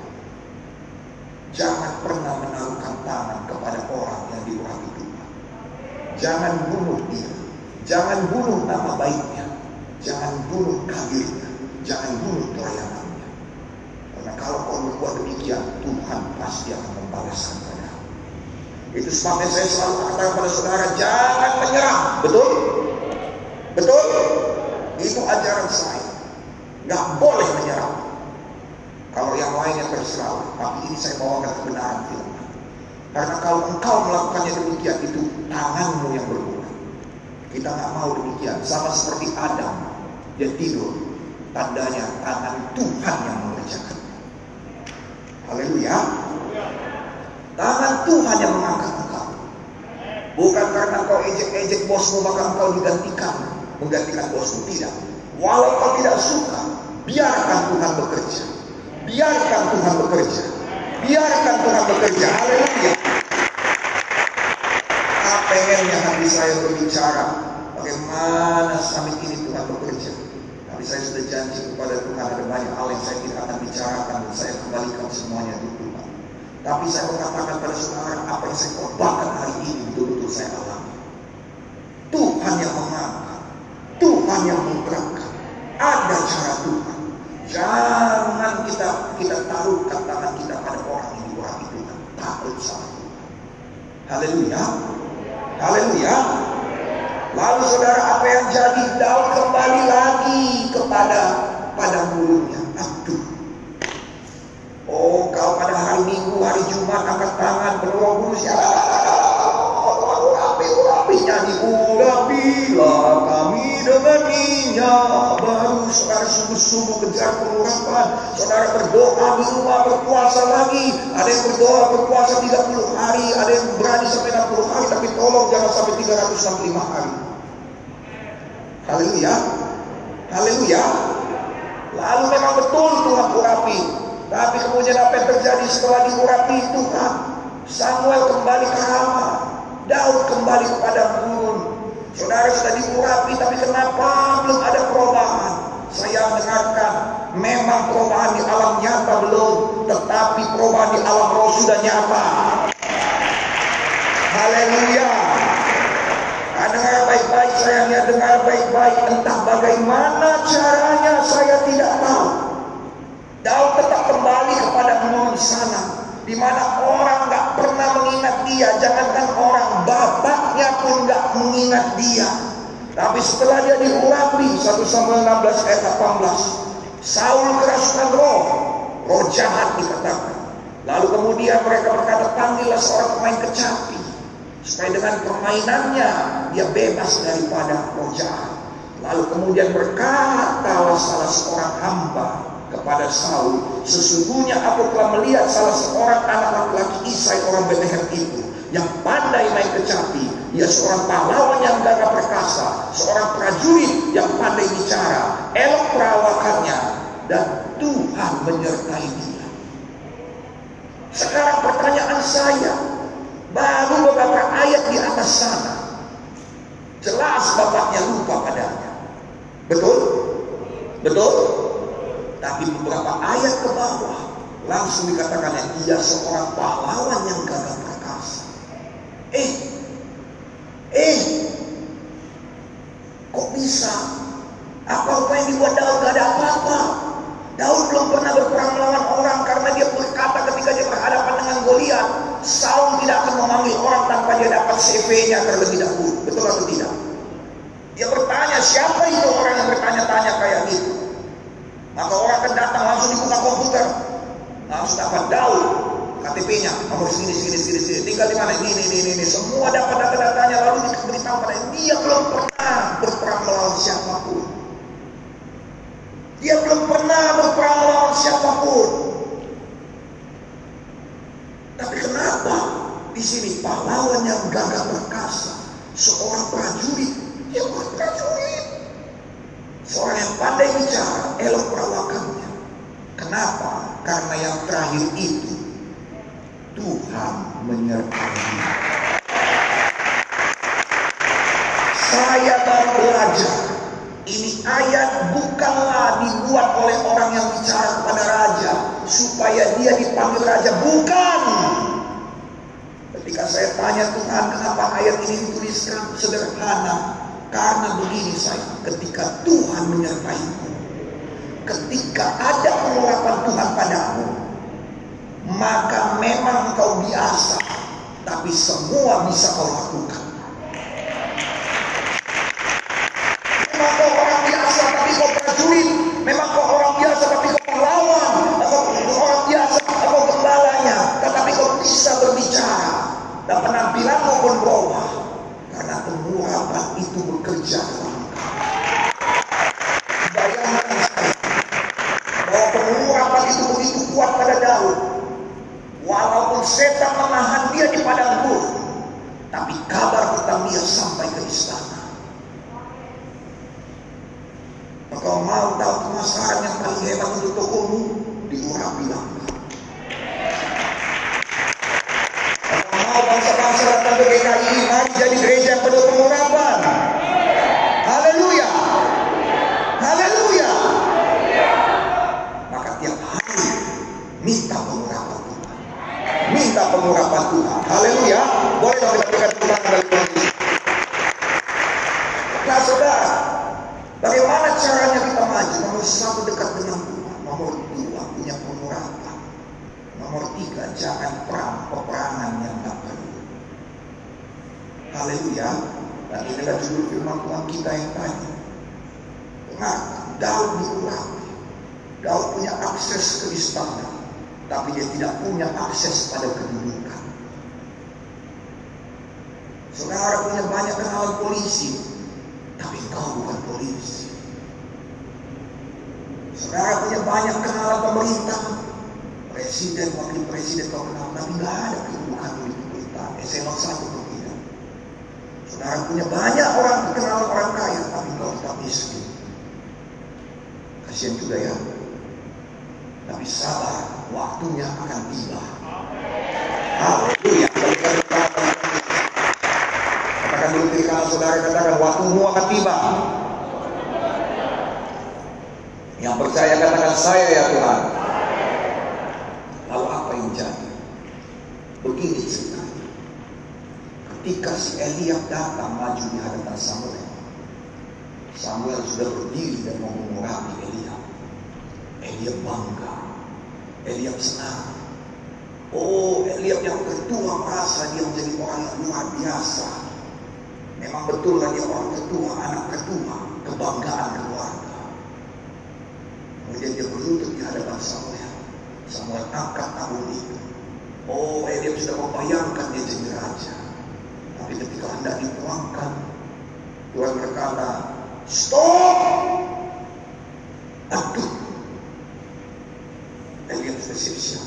Jangan pernah menaruhkan tangan kepada orang yang diurapi Tuhan. Jangan bunuh dia. Jangan bunuh nama baiknya. Jangan bunuh karirnya. Jangan bunuh pelayanannya. Karena kalau kau berbuat demikian, Tuhan pasti akan membalaskan padamu. Itu sebabnya saya selalu katakan kepada saudara, jangan menyerah. Betul? Betul? Itu ajaran saya. Gak boleh menyerah. Kalau yang lainnya terserah, tapi ini saya bawakan kebenaran firman. Karena kalau engkau melakukannya demikian, itu tanganmu yang berbuat. Kita nggak mau demikian. Sama seperti Adam, dia tidur, tandanya tangan Tuhan yang mengerjakan. Haleluya. Tangan Tuhan yang mengangkat engkau. Bukan karena engkau ejek-ejek bosmu maka engkau digantikan, menggantikan bosmu. Tidak. Walau kau tidak suka, biarkan Tuhan bekerja. Biarkan Tuhan bekerja. Biarkan Tuhan bekerja. Haleluya. Pengennya hati saya berbicara bagaimana sampai ini Tuhan bekerja. Tapi saya sudah janji kepada Tuhan ada banyak hal yang saya tidak akan bicarakan dan saya kembalikan semuanya di Tuhan. Tapi saya mengatakan pada saudara apa yang saya korbankan hari ini betul-betul saya alami. Tuhan yang mengangkat, Tuhan yang menggerakkan. Ada cara Tuhan. Jangan kita kita taruhkan tangan kita pada orang yang diurapi Tuhan. Takut sama Tuhan. Haleluya. Haleluya. Lalu saudara, apa yang jadi? Daud kembali lagi kepada pada mulutnya. Aduh. Oh, kau pada hari Minggu, hari Jumat angkat tangan berdoa bulu siapa? Urapi, urapi, nyanyi urapilah kami dengan minyak baru. Saudara sungguh-sungguh kejar pengurapan. Saudara berdoa di rumah, berpuasa lagi. Ada yang berdoa berpuasa tiga puluh hari, ada yang berani sampai enam puluh hari, tapi tolong jangan sampai tiga ratus enam puluh lima hari. Haleluya. Haleluya. Lalu memang betul Tuhan urapi. Tapi kemudian apa yang terjadi setelah diurapi Tuhan? Samuel kembali ke Rama. Daud kembali kepada Gurun. Saudara sudah diurapi, tapi kenapa belum ada perubahan? Saya mendengarkan, memang perubahan di alam nyata belum, tetapi perubahan di alam roh sudah nyata. Haleluya. Nah, dengar baik-baik sayangnya, dengar baik-baik. Entah bagaimana caranya saya tidak tahu. Daud tetap kembali kepada Gurun sana, di mana orang nggak pernah mengingat dia. Jangankan orang, bapaknya pun nggak mengingat dia. Tapi setelah dia diurapi, satu Samuel enam belas ayat delapan belas, Saul kerasukan roh, roh jahat dikatakan. Lalu kemudian mereka berkata, panggillah seorang pemain kecapi, supaya dengan permainannya dia bebas daripada roh jahat. Lalu kemudian berkatalah salah seorang hamba kepada Saul, sesungguhnya aku telah melihat salah seorang anak laki-laki Isai orang Betlehem itu yang pandai main kecapi. Dia seorang pahlawan yang gagah perkasa, seorang prajurit yang pandai bicara, elok perawakannya, dan Tuhan menyertai dia. Sekarang pertanyaan saya, baru beberapa ayat di atas sana, jelas bapaknya lupa padanya. Betul? Betul? Tapi beberapa ayat ke bawah langsung dikatakan yang dia seorang pahlawan yang gagah perkasa. Eh, eh, kok bisa? Apa-apa yang dibuat Daud gak ada apa-apa. Daud belum pernah berperang melawan orang karena dia berkata ketika dia berhadapan dengan Goliat, Saul tidak akan memanggil orang tanpa dia dapat C V-nya terlebih dahulu. Betul atau tidak? Dia bertanya, siapa itu orang yang bertanya-tanya kayak gitu? Maka orang akan datang langsung dibuka komputer, langsung dapat Daud, K T P-nya, nomor segini, segini, segini, segini, tinggal di mana, ini, ini, ini, ini, semua dapat data-datanya, lalu diberitahu pada dia belum pernah berperang melawan siapapun. Dia belum pernah berperang melawan siapapun. Tapi kenapa di sini pahlawan yang gagah perkasa, seorang prajurit, dia bukan prajurit. Seorang yang pandai bicara, elok perawakannya. Kenapa? Karena yang terakhir itu Tuhan menyertai dia. Saya baru belajar, ini ayat bukanlah dibuat oleh orang yang bicara kepada raja supaya dia dipanggil raja. Bukan. Ketika saya tanya Tuhan, kenapa ayat ini dituliskan? Sederhana. Karena begini sayang, ketika Tuhan menyertaimu, ketika ada pengurapan Tuhan padamu, maka memang engkau biasa, tapi semua bisa kau lakukan. Memang kau orang biasa, tapi kau prajurit. Memang kau orang biasa, tapi kau pahlawan. Kau orang biasa, kau gembalanya, tetapi kau bisa berbicara dan penampilanmu pun berubah. Karena pengurapan itu bukan Engkau mau tahu pemasaran yang paling hebat untuk tokomu? Diurapi langka. Engkau mau bangsa-bangsa datang ke G K I, mari jadi gereja yang penuh pengurapan. Haleluya. Haleluya. Maka tiap hari minta pengurapan Tuhan. Minta pengurapan Tuhan. Haleluya. Boleh dong kita berikan Tuhan kembali. Nah saudara, bagaimana caranya kita maju? Nomor satu, dekat dengan Tuhan. Nomor dua, punya pengurapan. Nomor tiga, jangan perang peperangan yang tak perlu. Haleluya. Dan ini adalah judul firman Tuhan kita yang tadi. Nah, Daud diurapi. Daud punya akses ke istana, tapi dia tidak punya akses pada kedudukan. Saudara punya banyak kenalan polisi, tapi kau bukan polisi. Saudara punya banyak kenalan pemerintah, presiden, wakil presiden kau kenal, tapi nggak ada kedudukan di pemerintahan. S M A satu atau tidak. Saudara punya banyak orang kenalan orang kaya, tapi kau tetap miskin. Kasihan juga ya. Tapi sabar, waktunya akan tiba. Haleluya. Katakan dulu kiri kanan saudara, katakan waktumu akan tiba. Yang percaya katakan saya ya Tuhan. Lalu apa yang jadi? Begini ceritanya. Ketika si Eliab datang maju di hadapan Samuel, Samuel sudah berdiri dan mau mengurapi Eliab. Eliab bangga, Eliab senang. Oh, Eliab yang ketua merasa dia menjadi orang yang luar biasa. Memang betul lah dia orang ketua, anak ketua, kebanggaan keluarga. Kemudian dia berlutut di hadapan Samuel. Samuel angkat tahun itu. Oh, Eliab sudah membayangkan dia jadi raja. Tapi ketika hendak dituangkan, Tuhan berkata, stop! Aduh! Eliab bersiap-siap.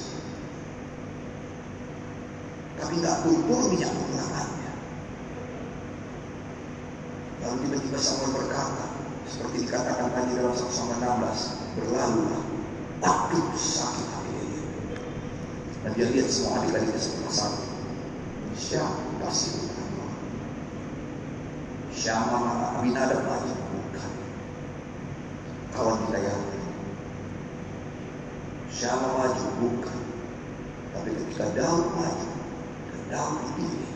Tapi tidak tutur minyak pengurapannya. Lalu tiba-tiba Samuel berkata, seperti dikatakan tadi dalam satu Samuel enam belas, berlalulah. Aduh, sakit hati Eliab. Dan dia lihat semua adik-adiknya satu persatu. Siapa kasih utama? Syama mana Abinadab lagi? Bukan. Kawan kita yang Syama maju, bukan. Tapi ketika Daud maju dan Daud dipilih,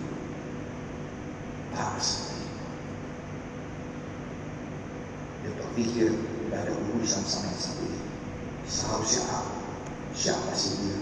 panas. Dia berpikir tidak ada urusan sama yang satu ini. Seharusnya aku, siapa sih dia?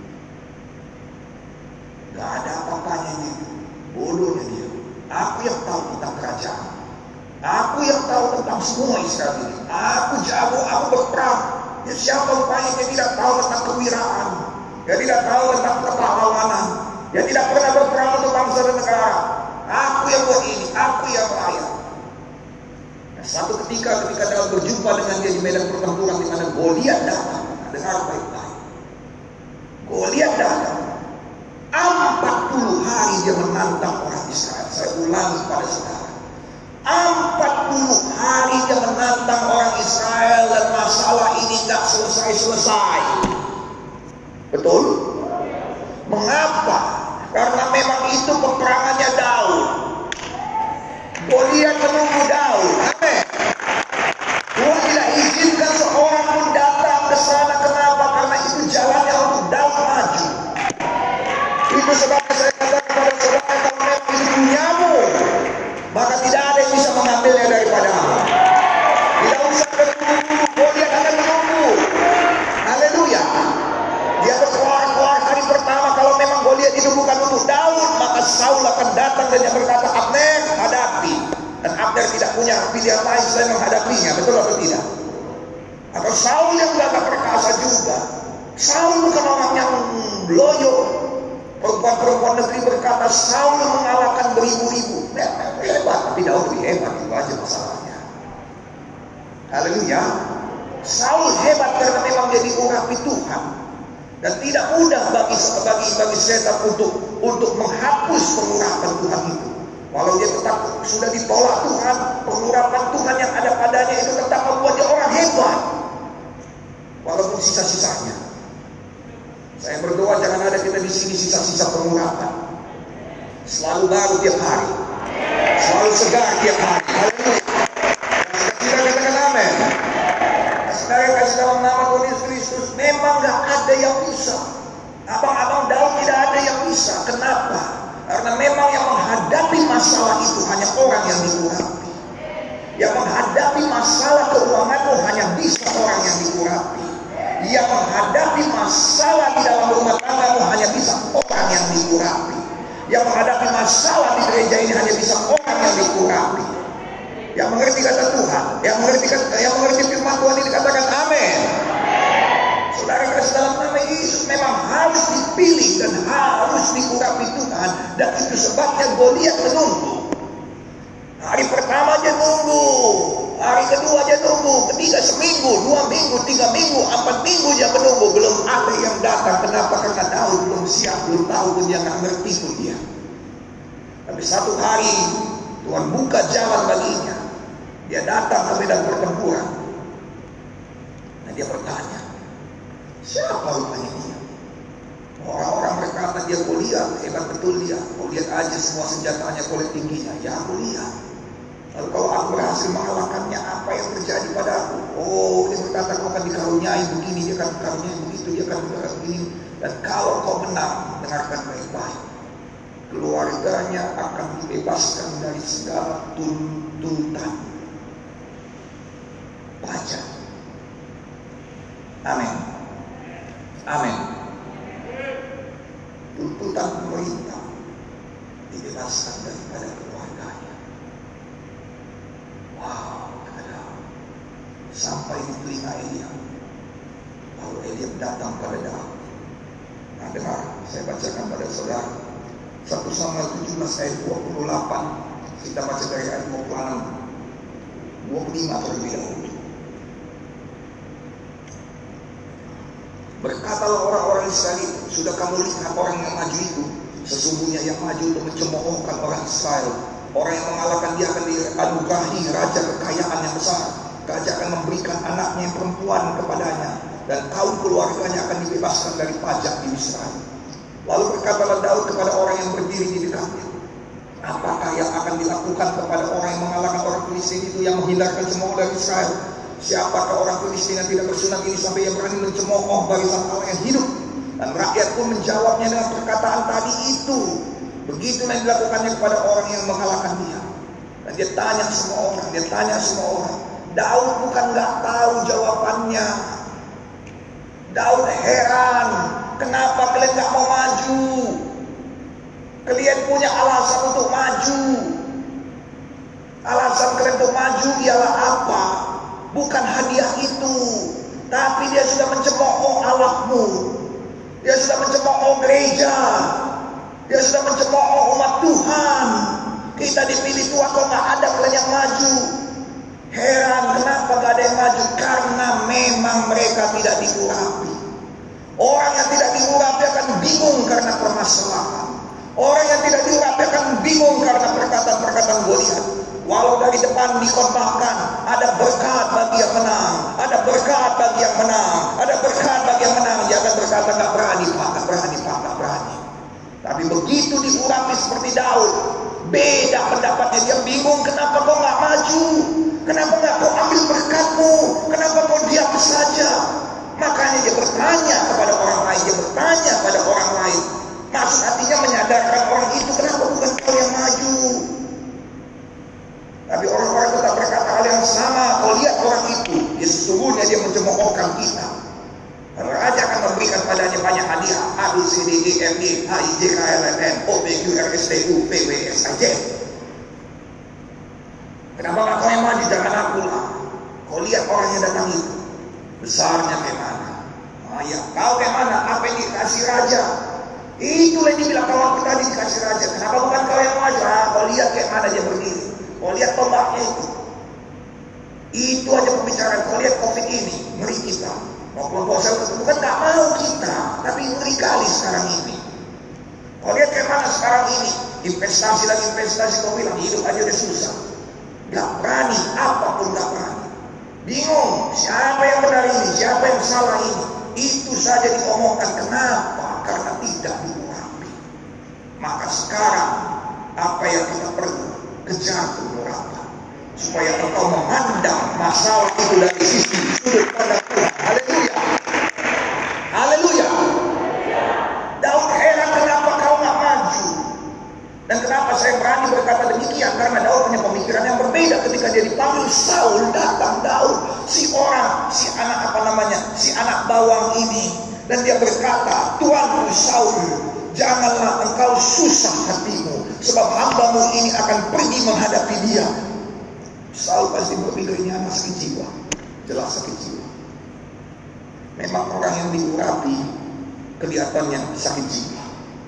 Gak ada apa-apanya itu. Bodohnya dia. Aku yang tahu tentang kerajaan. Aku yang tahu tentang semua Israel ini. Aku jago, aku berperang. Ya siapa rupanya yang tidak tahu tentang kewiraan, yang tidak tahu tentang kepahlawanan, yang tidak pernah berperang untuk bangsa dan negara. Aku yang buat ini, aku yang rakyat. Nah, suatu ketika ketika Daud berjumpa dengan dia di medan pertempuran di mana Goliat datang, dengar baik-baik. Goliat datang. empat puluh hari dia menantang orang Israel. Saya ulangi pada saudara. empat puluh hari dia menantang orang Israel dan masalah ini tidak selesai-selesai. Betul? Mengapa? Karena memang itu peperangannya Daud. Goliat menunggu Daud. Amin. Tuhan tidak izinkan seorang pun datang ke sana. Kenapa? Karena itu jalannya untuk Daud maju. Itu sebabnya saya katakan kepada saudara, kalau memang itu punyamu, maka tidak ada yang bisa mengambilnya daripadamu. Tidak usah menunggu, Goliat akan menunggu. Haleluya. Dia berkeluar-keluar hari pertama. Kalau memang Goliat itu bukan untuk Daud, maka Saul akan datang dan dia berkata, Abner, hadapi. Dan Abner tidak punya pilihan lain selain menghadapinya. Betul atau tidak? Atau Saul yang gagah perkasa juga. Saul bukan orang yang loyo. Perempuan-perempuan negeri berkata, Saul mengalahkan beribu-ribu. Hebat, tapi Daud lebih hebat. Itu aja masalahnya. Haleluya. Saul hebat karena memang dia diurapi Tuhan. Dan tidak mudah bagi bagi bagi setan untuk untuk menghapus pengurapan Tuhan itu. Walau dia tetap sudah ditolak Tuhan, pengurapan Tuhan yang ada padanya itu tetap membuat dia orang sini sisa-sisa pengurapan. Selalu baru tiap hari, selalu segar tiap hari. Haleluya. Kita katakan amin. Saudara kasih dalam nama Tuhan Yesus Kristus, memang gak ada yang bisa. Abang-abang Daud tidak ada yang bisa. Kenapa? Karena memang yang menghadapi masalah itu hanya orang yang diurapi. Yang menghadapi masalah keuanganmu hanya bisa orang yang diurapi. Yang menghadapi masalah di dalam rumah tanggamu hanya bisa orang yang diurapi. Yang menghadapi masalah di gereja ini hanya bisa orang yang diurapi. Yang mengerti kata Tuhan, yang mengerti yang mengerti firman Tuhan ini katakan amin. Saudara kasih dalam nama Yesus memang harus dipilih dan harus diurapi Tuhan, dan itu sebabnya Goliat menunggu. Hari pertama aja nunggu, hari kedua aja nunggu, ketiga seminggu, dua minggu, tiga minggu, empat minggu aja menunggu, belum ada yang datang. Kenapa? Karena Daud belum siap, belum tahu pun dia nggak ngerti pun dia. Tapi satu hari Tuhan buka jalan baginya. Dia datang ke medan pertempuran. Nah dia bertanya, siapa rupanya dia? Orang-orang berkata dia Goliat, hebat betul dia. Kau lihat aja semua senjatanya, kau lihat tingginya. Ya aku lihat. Lalu kalau aku berhasil mengalahkannya, apa yang terjadi padaku? Oh, dia berkata kau akan dikaruniai begini, dia akan dikaruniai begitu, dia akan dikaruniai begini. Dan kalau kau menang, dengarkan baik-baik, keluarganya akan dibebaskan dari segala tuntutan pajak. Amin. Amin. Tuntutan pemerintah dibebaskan daripada keluarganya. Wow, kata sampai di telinga Elia. Lalu Elia datang pada Daud. Nah dengar, saya bacakan pada saudara satu Samuel tujuh belas ayat dua puluh delapan. Kita baca dari ayat dua puluh enam, dua puluh lima terlebih dahulu. Berkatalah orang-orang Israel itu, sudah kamu lihat orang yang maju itu? Sesungguhnya yang maju untuk mencemoohkan orang Israel. Orang yang mengalahkan dia akan dianugerahi raja kekayaan yang besar. Raja akan memberikan anaknya yang perempuan kepadanya, dan kaum keluarganya akan dibebaskan dari pajak di Israel. Lalu berkatalah Daud kepada orang yang berdiri di dekatnya, apakah yang akan dilakukan kepada orang yang mengalahkan orang Filistin itu, yang menghindarkan cemooh dari Israel? Siapakah orang Filistin yang tidak bersunat ini sampai yang berani mencemooh barisan Allah yang hidup? Dan rakyat pun menjawabnya dengan perkataan tadi itu. Begitulah yang dilakukannya kepada orang yang mengalahkan dia. Dan dia tanya semua orang, dia tanya semua orang. Daud bukan nggak tahu jawabannya. Daud heran, kenapa kalian nggak mau maju? Kalian punya alasan untuk maju. Alasan kalian untuk maju ialah apa? Bukan hadiah itu, tapi dia sudah mencemooh Allahmu. Dia sudah mencemooh gereja. Dia sudah mencemooh umat Tuhan. Kita dipilih Tuhan, kok nggak ada kalian yang maju. Heran kenapa nggak ada yang maju? Karena memang mereka tidak diurapi. Orang yang tidak diurapi akan bingung karena permasalahan. Orang yang tidak diurapi akan bingung karena perkataan-perkataan Goliat. Walau dari depan dikotbahkan, ada berkat bagi yang menang, ada berkat bagi yang menang, ada berkat bagi yang menang, dia akan berkata nggak berani pak, nggak berani pak, nggak berani. Tapi begitu diurapi seperti Daud, beda pendapatnya. Dia bingung, kenapa kau nggak maju, kenapa nggak kau ambil berkatmu, kenapa kau diam saja. Makanya dia bertanya kepada orang lain, dia bertanya pada orang lain. Maksud hatinya menyadarkan orang itu, kenapa bukan kau yang maju. Tapi orang-orang tetap berkata hal yang sama. Kau lihat orang itu, dia sesungguhnya dia mencemoohkan kita. Raja akan memberikan padanya banyak hadiah. A, B, C, D, E, F, G, H, I, J, K, L, M, N, O, P, Q, R, S, T, U, V, W, X, Y, Z. Kenapa gak kau yang maju? Jangan aku lah. Kau lihat orang yang datang itu, besarnya kayak mana? Oh ya, kau kayak mana? Apa yang dikasih raja? Itulah yang dibilang kalau aku tadi dikasih raja. Kenapa bukan kau yang maju? Ah, kau lihat kayak mana dia berdiri. Kau lihat tombaknya itu. Itu aja pembicaraan. Kau lihat COVID ini, ngeri kita. Mau kelompok sel bukan gak mau kita, tapi ngeri kali sekarang ini. Kau lihat kayak mana sekarang ini, investasi lagi investasi. Kau bilang hidup aja udah susah. Gak berani, apapun gak berani. Bingung, siapa yang benar ini, siapa yang salah ini. Itu saja diomongkan. Kenapa? Karena tidak diomongkan. Maka sekarang apa yang kita perlu? Kejar kebenaran, supaya engkau memandang masalah itu dari sisi sudut pandang Tuhan. Haleluya, haleluya. Daud heran kenapa kau nggak maju. Dan kenapa saya berani berkata demikian? Karena Daud punya pemikiran yang berbeda. Ketika dia dipanggil Saul, datang Daud, si orang, si anak apa namanya, si anak bawang ini, dan dia berkata, Tuanku Saul, janganlah engkau susah hatimu, sebab hambamu ini akan pergi menghadapi dia. Saul pasti berpikir, ini anak sakit jiwa. Jelas sakit jiwa. Memang orang yang diurapi kelihatannya sakit jiwa,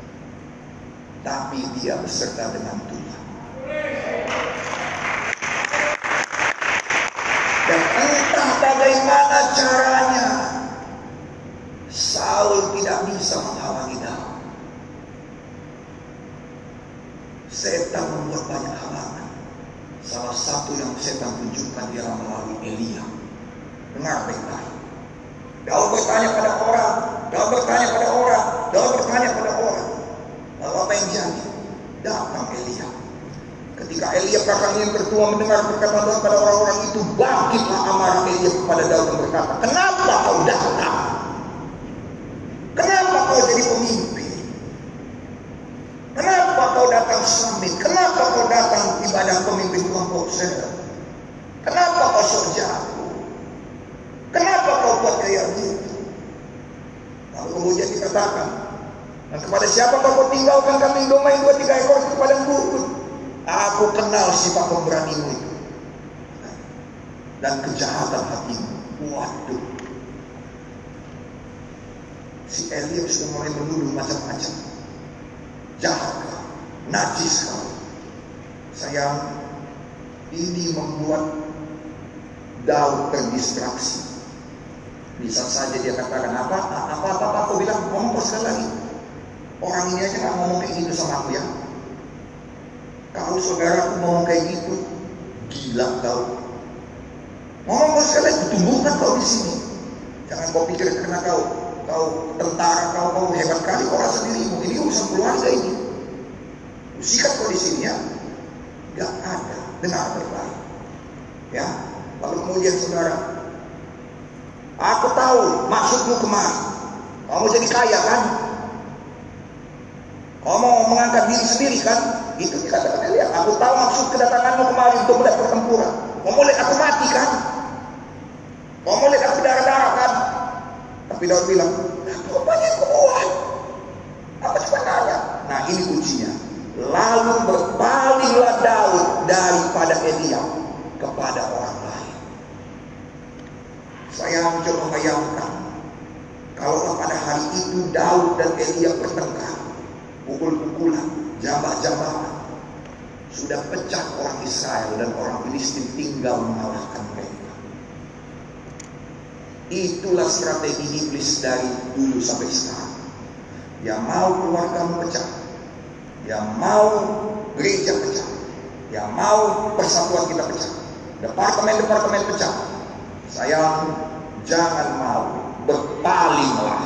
tapi dia beserta dengan Tuhan. Dan entah bagaimana caranya, Saul tidak bisa menghalangi Daud. Setan membuat banyak halangan. Salah satu yang setan tunjukkan ialah melalui Elia. Dengar baik-baik. Daud bertanya pada orang, Daud bertanya pada orang, Daud bertanya pada orang. Lalu apa yang jadi? Datang Elia. Ketika Elia kakak yang tertua mendengar perkataan Daud pada orang-orang itu, bangkitlah amarah Elia kepada Daud dan berkata, kenapa kau datang? Kenapa kau jadi pemimpin? Kenapa kau datang summit? Kenapa kau datang ibadah pemimpin kelompok saudara? Kenapa kau sok jago? Kenapa kau buat kayak gitu? Lalu kemudian dikatakan, dan kepada siapa kau tinggalkan kambing domba yang dua tiga ekor di padang gurun? Aku kenal sifat pemberanimu itu dan kejahatan hatimu. Waduh, si Elia sudah mulai menuduh macam-macam. Jahat kau, najis kau. Sayang, ini membuat Daud terdistraksi. Bisa saja dia katakan apa, apa, apa, apa, aku bilang, ngomong sekali lagi. Orang ini aja gak ngomong kayak gitu sama aku ya. Kalau saudaraku ngomong kayak gitu, gila kau. Ngomong sekali lagi, tumbuhkan kau di sini. Jangan kau pikir karena kau, kau tentara, kau, kau hebat kali, kau rasa dirimu. Ini urusan keluarga ini. Sikat kau di sini ya. Gak ada, dengar terbaik. Ya, lalu kemudian saudara, aku tahu maksudmu kemari. Kamu jadi kaya kan? Kamu mau mengangkat diri sendiri kan? Itu dikatakan Elia. Aku tahu maksud kedatanganmu kemari untuk melihat pertempuran. Kamu mau lihat aku mati kan? Kamu mau lihat aku darah-darah kan? Tapi Daud bilang, aku banyak kuat. Apa cuma nanya? Nah ini kuncinya. Lalu berpalinglah Daud daripada Elia kepada orang lain. Saya mencoba membayangkan, kalau pada hari itu Daud dan Elia bertengkar, pukul-pukulan, jambak-jambakan, sudah pecah orang Israel dan orang Filistin tinggal mengalahkan mereka. Itulah strategi iblis dari dulu sampai sekarang. Yang mau keluargamu pecah, yang mau gereja pecah, yang mau persatuan kita pecah, departemen-departemen pecah. Sayang, jangan mau, berpalinglah.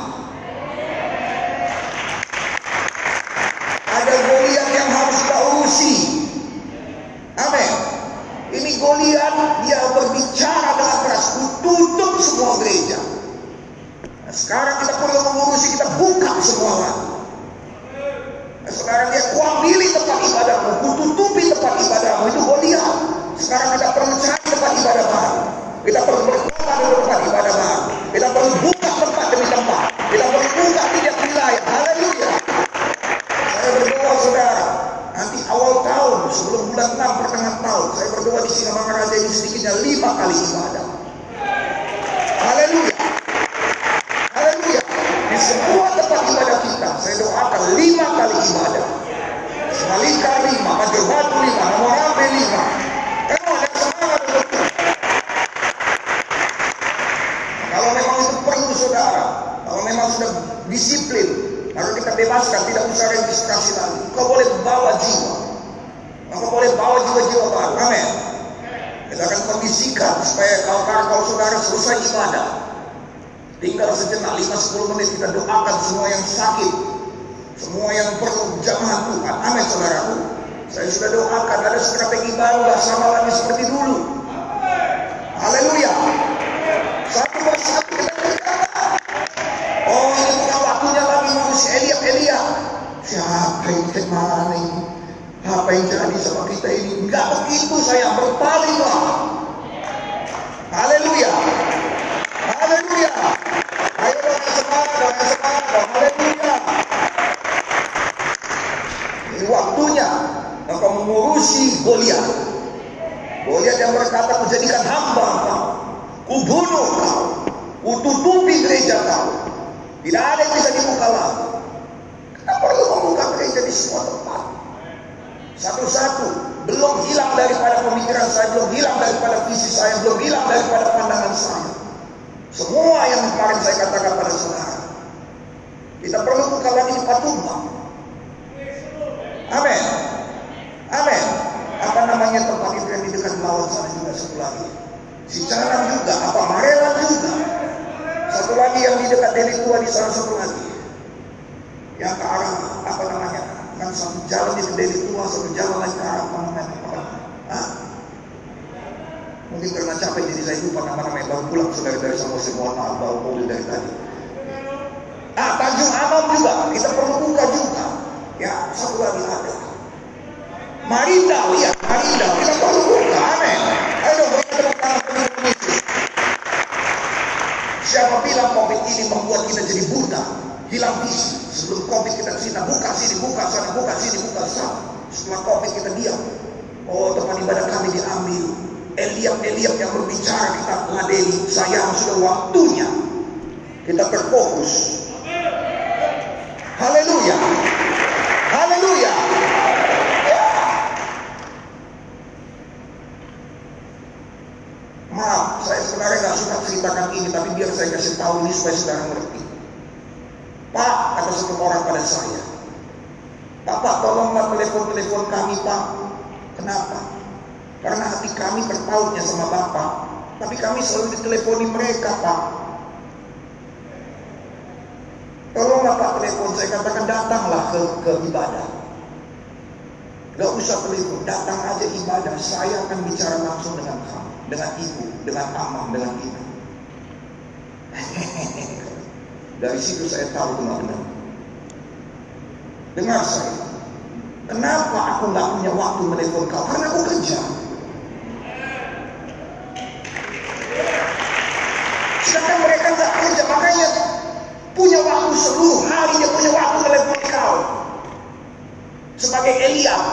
Ada Goliat yang harus kita urusi. Amin. Ini Goliat, dia berbicara dengan keras, tutup semua gereja. Nah, sekarang kita perlu mengurusi, kita buka semua lagi. Nah, sekarang dia kuamili tempat ibadahmu, kututupi tempat ibadahmu, itu Goliat. Sekarang kita perlu cari tempat ibadah baru. Kita perlu berkata dulu tempat ibadah baru. Kita perlu buka tempat demi tempat. Kita perlu buka tiap wilayah. Haleluya. Saya berdoa saudara, nanti awal tahun sebelum bulan enam pertengahan tahun, saya berdoa di Singamangaraja ini sedikitnya lima kali ibadah. Haleluya. Haleluya. Di semua tempat ibadah kita, saya doakan lima kali ibadah. Semalika lima, Banjar Batu lima, Morambe lima. Kamu ada semangat untuk itu. Kalau memang itu perlu saudara, kalau memang sudah disiplin, maka kita bebaskan, tidak usah registrasi lagi. Kau boleh bawa jiwa, maka boleh bawa jiwa-jiwa baru. Amin. Kita akan kondisikan supaya kalau kalau saudara selesai ibadah, tinggal sejenak lima sampai sepuluh menit kita doakan semua yang sakit. Semua yang perlu jamaah Tuhan. Amin saudaraku. Saya sudah doakan ada strategi baru, gak sama lagi seperti dulu. Haleluya. Satu persatu kita berkata, oh ini bukan waktunya lagi ngurus Eliab Eliab. Siapa yang kemana ini? Apa yang jadi sama kita ini? Enggak begitu, saya berpalinglah. Haleluya. Haleluya. Ayo dong semangat, dong semangat, dong. Haleluya. Ini waktunya engkau mengurusi Goliat. Goliat yang berkata, kujadikan hamba kau, kubunuh kau, kututupi gereja kau. Tidak ada yang bisa dibuka lagi. Kita perlu membuka gereja di semua tempat. Satu-satu, belum hilang daripada pemikiran saya, belum hilang daripada visi saya, belum hilang daripada pandangan saya. Semua yang kemarin saya katakan pada saudara, kita perlu buka lagi di Patumba. Amin. Amin. Apa namanya tempat itu yang di dekat laut sana juga satu lagi. Sicaran juga, apa Marelan juga. Satu lagi yang di dekat Deli Tua di sana satu lagi. Yang ke arah apa namanya? Kan satu jalan di Deli Tua, satu jalan lagi ke arah apa namanya? Hah? Mungkin karena capek jadi saya lupa nama-nama yang baru pulang saudara dari Samosir, mohon maaf bawa mobil dari tadi. Ah, Tanjung Anom juga kita perlu buka juga. Ya, satu lagi ada. Marinda, lihat Marinda, kita perlu buka. Amin. Ayo dong, kita tepuk tangan untuk Yesus. Siapa bilang COVID ini membuat kita jadi buta, hilang visi? Sebelum COVID kita cerita buka sini, buka sana, buka sini, buka sana. Setelah COVID kita diam. Oh, tempat ibadah kami diambil. Eliab-Eliab yang berbicara kita ladeni. Sayang, sudah waktunya kita berfokus. Haleluya. Haleluya. Ya. Maaf, saya sebenarnya gak suka ceritakan ini, tapi biar saya kasih tahu ini supaya saudara mengerti. Pak, kata satu orang pada saya, Bapak tolonglah telepon-telepon kami Pak. Kenapa? Karena hati kami berpautnya sama Bapak, tapi kami selalu diteleponi mereka Pak. Tolonglah Pak telepon. Saya katakan datanglah ke, ke ibadah. Gak usah telepon, datang aja ibadah. Saya akan bicara langsung dengan kamu, dengan ibu, dengan amam, dengan ibu. Dari situ saya tahu itu gak benar. Dengar saya, kenapa aku gak punya waktu menelepon kau? Karena aku kerja. Sedangkan mereka gak kerja, makanya punya waktu seluruh hari, dia punya waktu menelepon kau. Sebagai Eliab.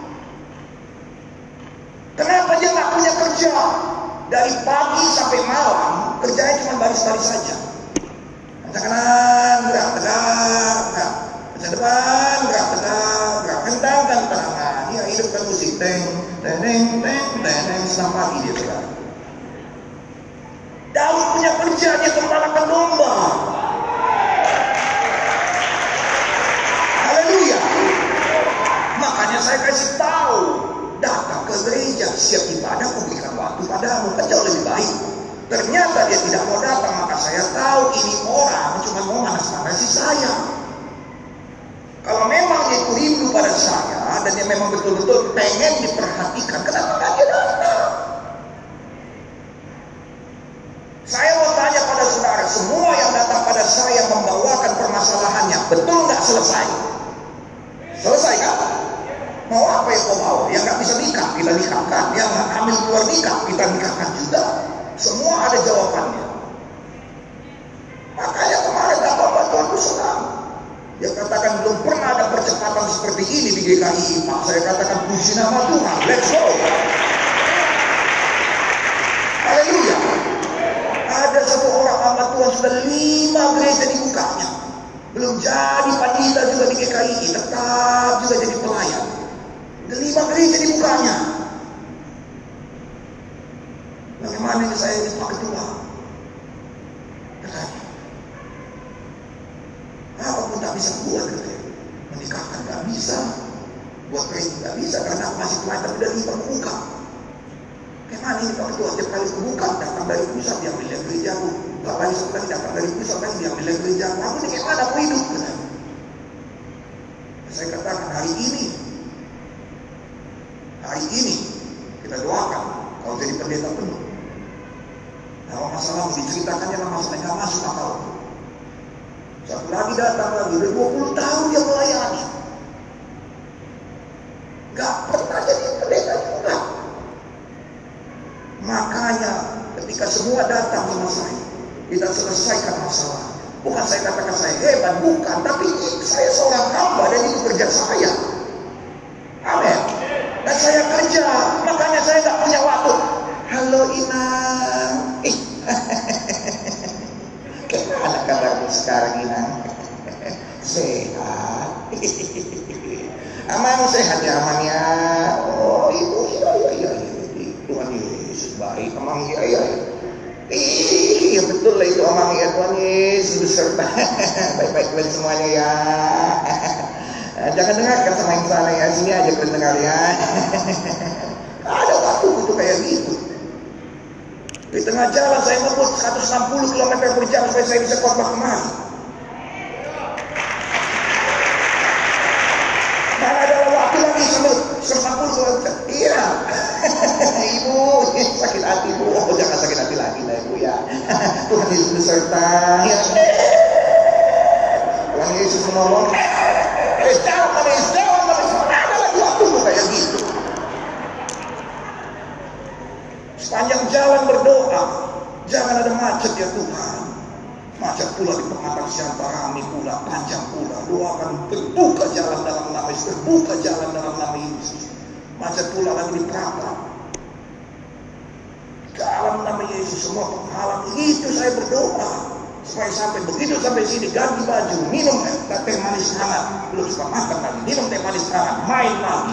Kenapa dia gak punya kerja? Dari pagi sampai malam, kerjanya cuma baris-baris saja. Ke kanan, gerak, tegak, gerak. Ke depan, gerak, tegak, gerak. Kentang, kentang. Nah, dia hidupkan musik. Teng, teng, teng, teng, teng. Senang pagi dia sudah. Daud punya kerja, dia gembalakan domba. Haleluya. Makanya saya kasih tahu, datang ke gereja, siap ibadah, memberikan waktu padamu, kan jauh lebih baik. Ternyata dia tidak mau datang, maka saya tahu ini orang cuma mau manas-manasi saya. Kalau memang dia rindu pada saya dan dia memang betul-betul pengen diperhatikan, kenapa nggak dia datang? Saya mau tanya pada saudara, semua yang datang pada saya membawakan permasalahannya, betul nggak selesai? Selesai kan? Mau apa yang kau bawa? Yang nggak bisa nikah, kita nikahkan. Yang nggak hamil keluar nikah, kita nikahkan juga. Semua ada jawabannya. Makanya kemarin dapat bantuan senang. Dia katakan belum pernah ada percepatan seperti ini di G K I. Pak, saya katakan puji nama Tuhan. Let's go. Haleluya. Ada satu orang hamba Tuhan sudah lima gereja dibukanya. Belum jadi pandita juga di G K I, tetap juga jadi pelayan. Lima gereja dibukanya. Bagaimana ini saya ini Pak Ketua? Katanya, apapun tak bisa buat katanya. Menikahkan tak bisa, buat training tak bisa karena aku masih pelayan, tapi dari lima buka. Bagaimana ini Pak Ketua? Setiap kali buka datang dari pusat diambil dari gereja aku. Gak lagi satu kali datang dari pusat lagi diambil dari gereja aku. Aku ini bagaimana aku hidup? Katanya. Saya katakan hari ini, hari ini kita doakan kalau jadi pendeta penuh. Nah, masalah diceritakannya lah masalah nggak masuk akal. Satu lagi datang lagi, udah dua puluh tahun dia melayani, nggak pernah jadi pendeta juga. Makanya ketika semua datang sama saya, kita selesaikan masalah. Bukan saya katakan saya hebat, bukan, tapi saya seorang hamba dan itu kerja saya. Amin. Dan saya kerja, makanya saya nggak punya waktu. Halo Inang, ih, gimana kabarmu sekarang Inang? Sehat. Aman, sehat ya, aman ya. Oh ibu, iya iya iya, Tuhan Yesus baik, aman ya ya. Iya betul lah itu omang ya, Tuhan Yesus beserta. Baik-baik kalian semuanya ya. Jangan dengarkan sama yang sana ya, sini aja kalian dengar ya. Ada waktu itu kayak gitu. Di tengah jalan saya ngebut seratus enam puluh kilometer per jam supaya saya bisa khotbah kemari. Dan ada waktu lagi seratus enam puluh kilometer. Iya. Ibu, sakit hati bu. Oh jangan sakit hati lagi lah ibu ya. Tuhan Yesus beserta. Ya. Tuhan Yesus menolong. Eh jauh manis, jauh manis. Ada lagi waktu kayak gitu. Sepanjang jalan berdoa, jangan ada macet ya Tuhan. Macet pula di perempatan Siantarami pula, panjang pula. Doakan terbuka jalan dalam nama Yesus, terbuka jalan dalam nama Yesus. Macet pula lagi di Prata. Dalam nama Yesus semua penghalang. Itu saya berdoa supaya sampai begitu sampai sini ganti baju, minum teh manis hangat, belum suka makan lagi, minum teh manis hangat, main lagi.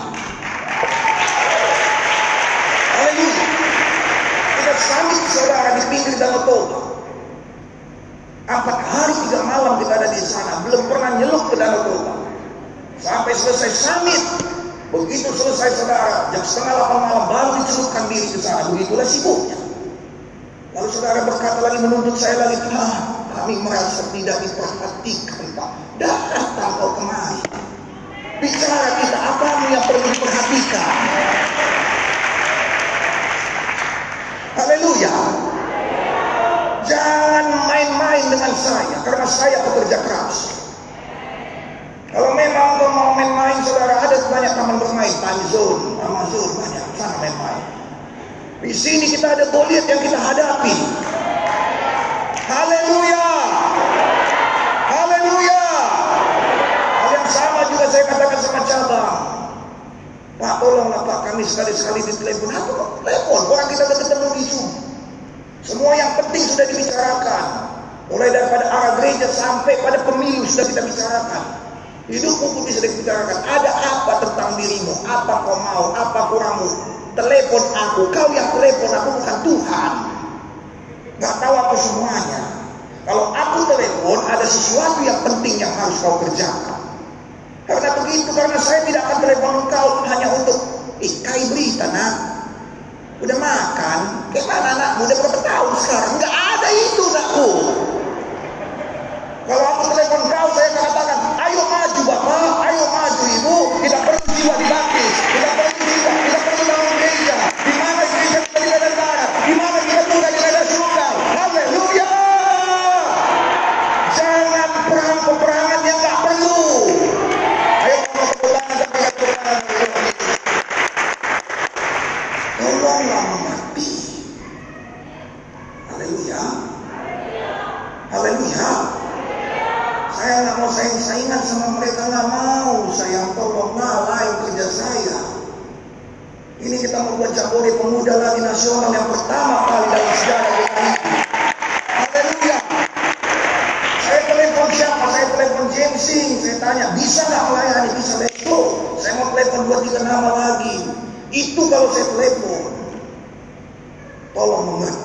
Haleluya. Kita sambil saudara di pinggir Danau Toba. Empat hari tiga malam kita ada di sana, belum pernah nyelup ke Danau Toba. Sampai selesai summit. Begitu selesai saudara, jam setengah delapan malam baru dicelupkan diri ke sana. Begitulah sibuknya. Lalu saudara berkata lagi, menuntut saya lagi, ah, kami merasa tidak diperhatikan Pak. Datang kau kemari. Bicara kita, apa yang perlu diperhatikan? Haleluya. Jangan main-main dengan saya, karena saya pekerja keras. Kalau memang kau mau main-main, saudara, ada banyak taman bermain, Tanzon, Amazon, banyak, sana main-main. Di sini kita ada Goliat yang kita hadapi. Haleluya, haleluya. Hal yang sama juga saya katakan sama cabang. Pak, tolonglah Pak, kami sekali-sekali ditelepon. Apa kok telepon? Orang kita sudah ketemu di Zoom. Semua yang penting sudah dibicarakan. Mulai daripada arah gereja sampai pada pemilu sudah kita bicarakan. Hidupmu pun bisa dibicarakan. Ada apa tentang dirimu? Apa kau mau? Apa kurangmu? Telepon aku. Kau yang telepon aku, bukan Tuhan. Gak tahu aku semuanya. Kalau aku telepon, ada sesuatu yang penting yang harus kau kerjakan. Karena begitu, karena saya tidak akan telepon engkau hanya untuk ikai berita nak. Udah makan? Gimana anakmu? Udah berapa tahun sekarang? Gak ada itu anakku. Kalau aku telepon kau, saya katakan, ayo maju Bapak, ayo maju Ibu, kita perlu jiwa dibaptis, kita perlu jiwa, kita perlu bangun gereja. Di mana gereja kita di medan barat, di mana kita tinggal di medan surga. Haleluya. Jangan perang peperangan yang gak perlu. Ayo kalau peperangan dan peperangan tolonglah mengerti. Haleluya. Haleluya. Saya nggak mau saing-saingan sama mereka, nggak mau. Saya tolong ngalah kerja saya. Ini kita membuat Jambore Pemuda lagi nasional yang pertama kali dalam sejarah kita ini. Haleluya. Saya telepon siapa? Saya telepon Jamesing. Saya tanya, bisa nggak melayani? Bisa, let's go. Saya mau telepon dua tiga nama lagi. Itu kalau saya telepon. Tolong mengerti.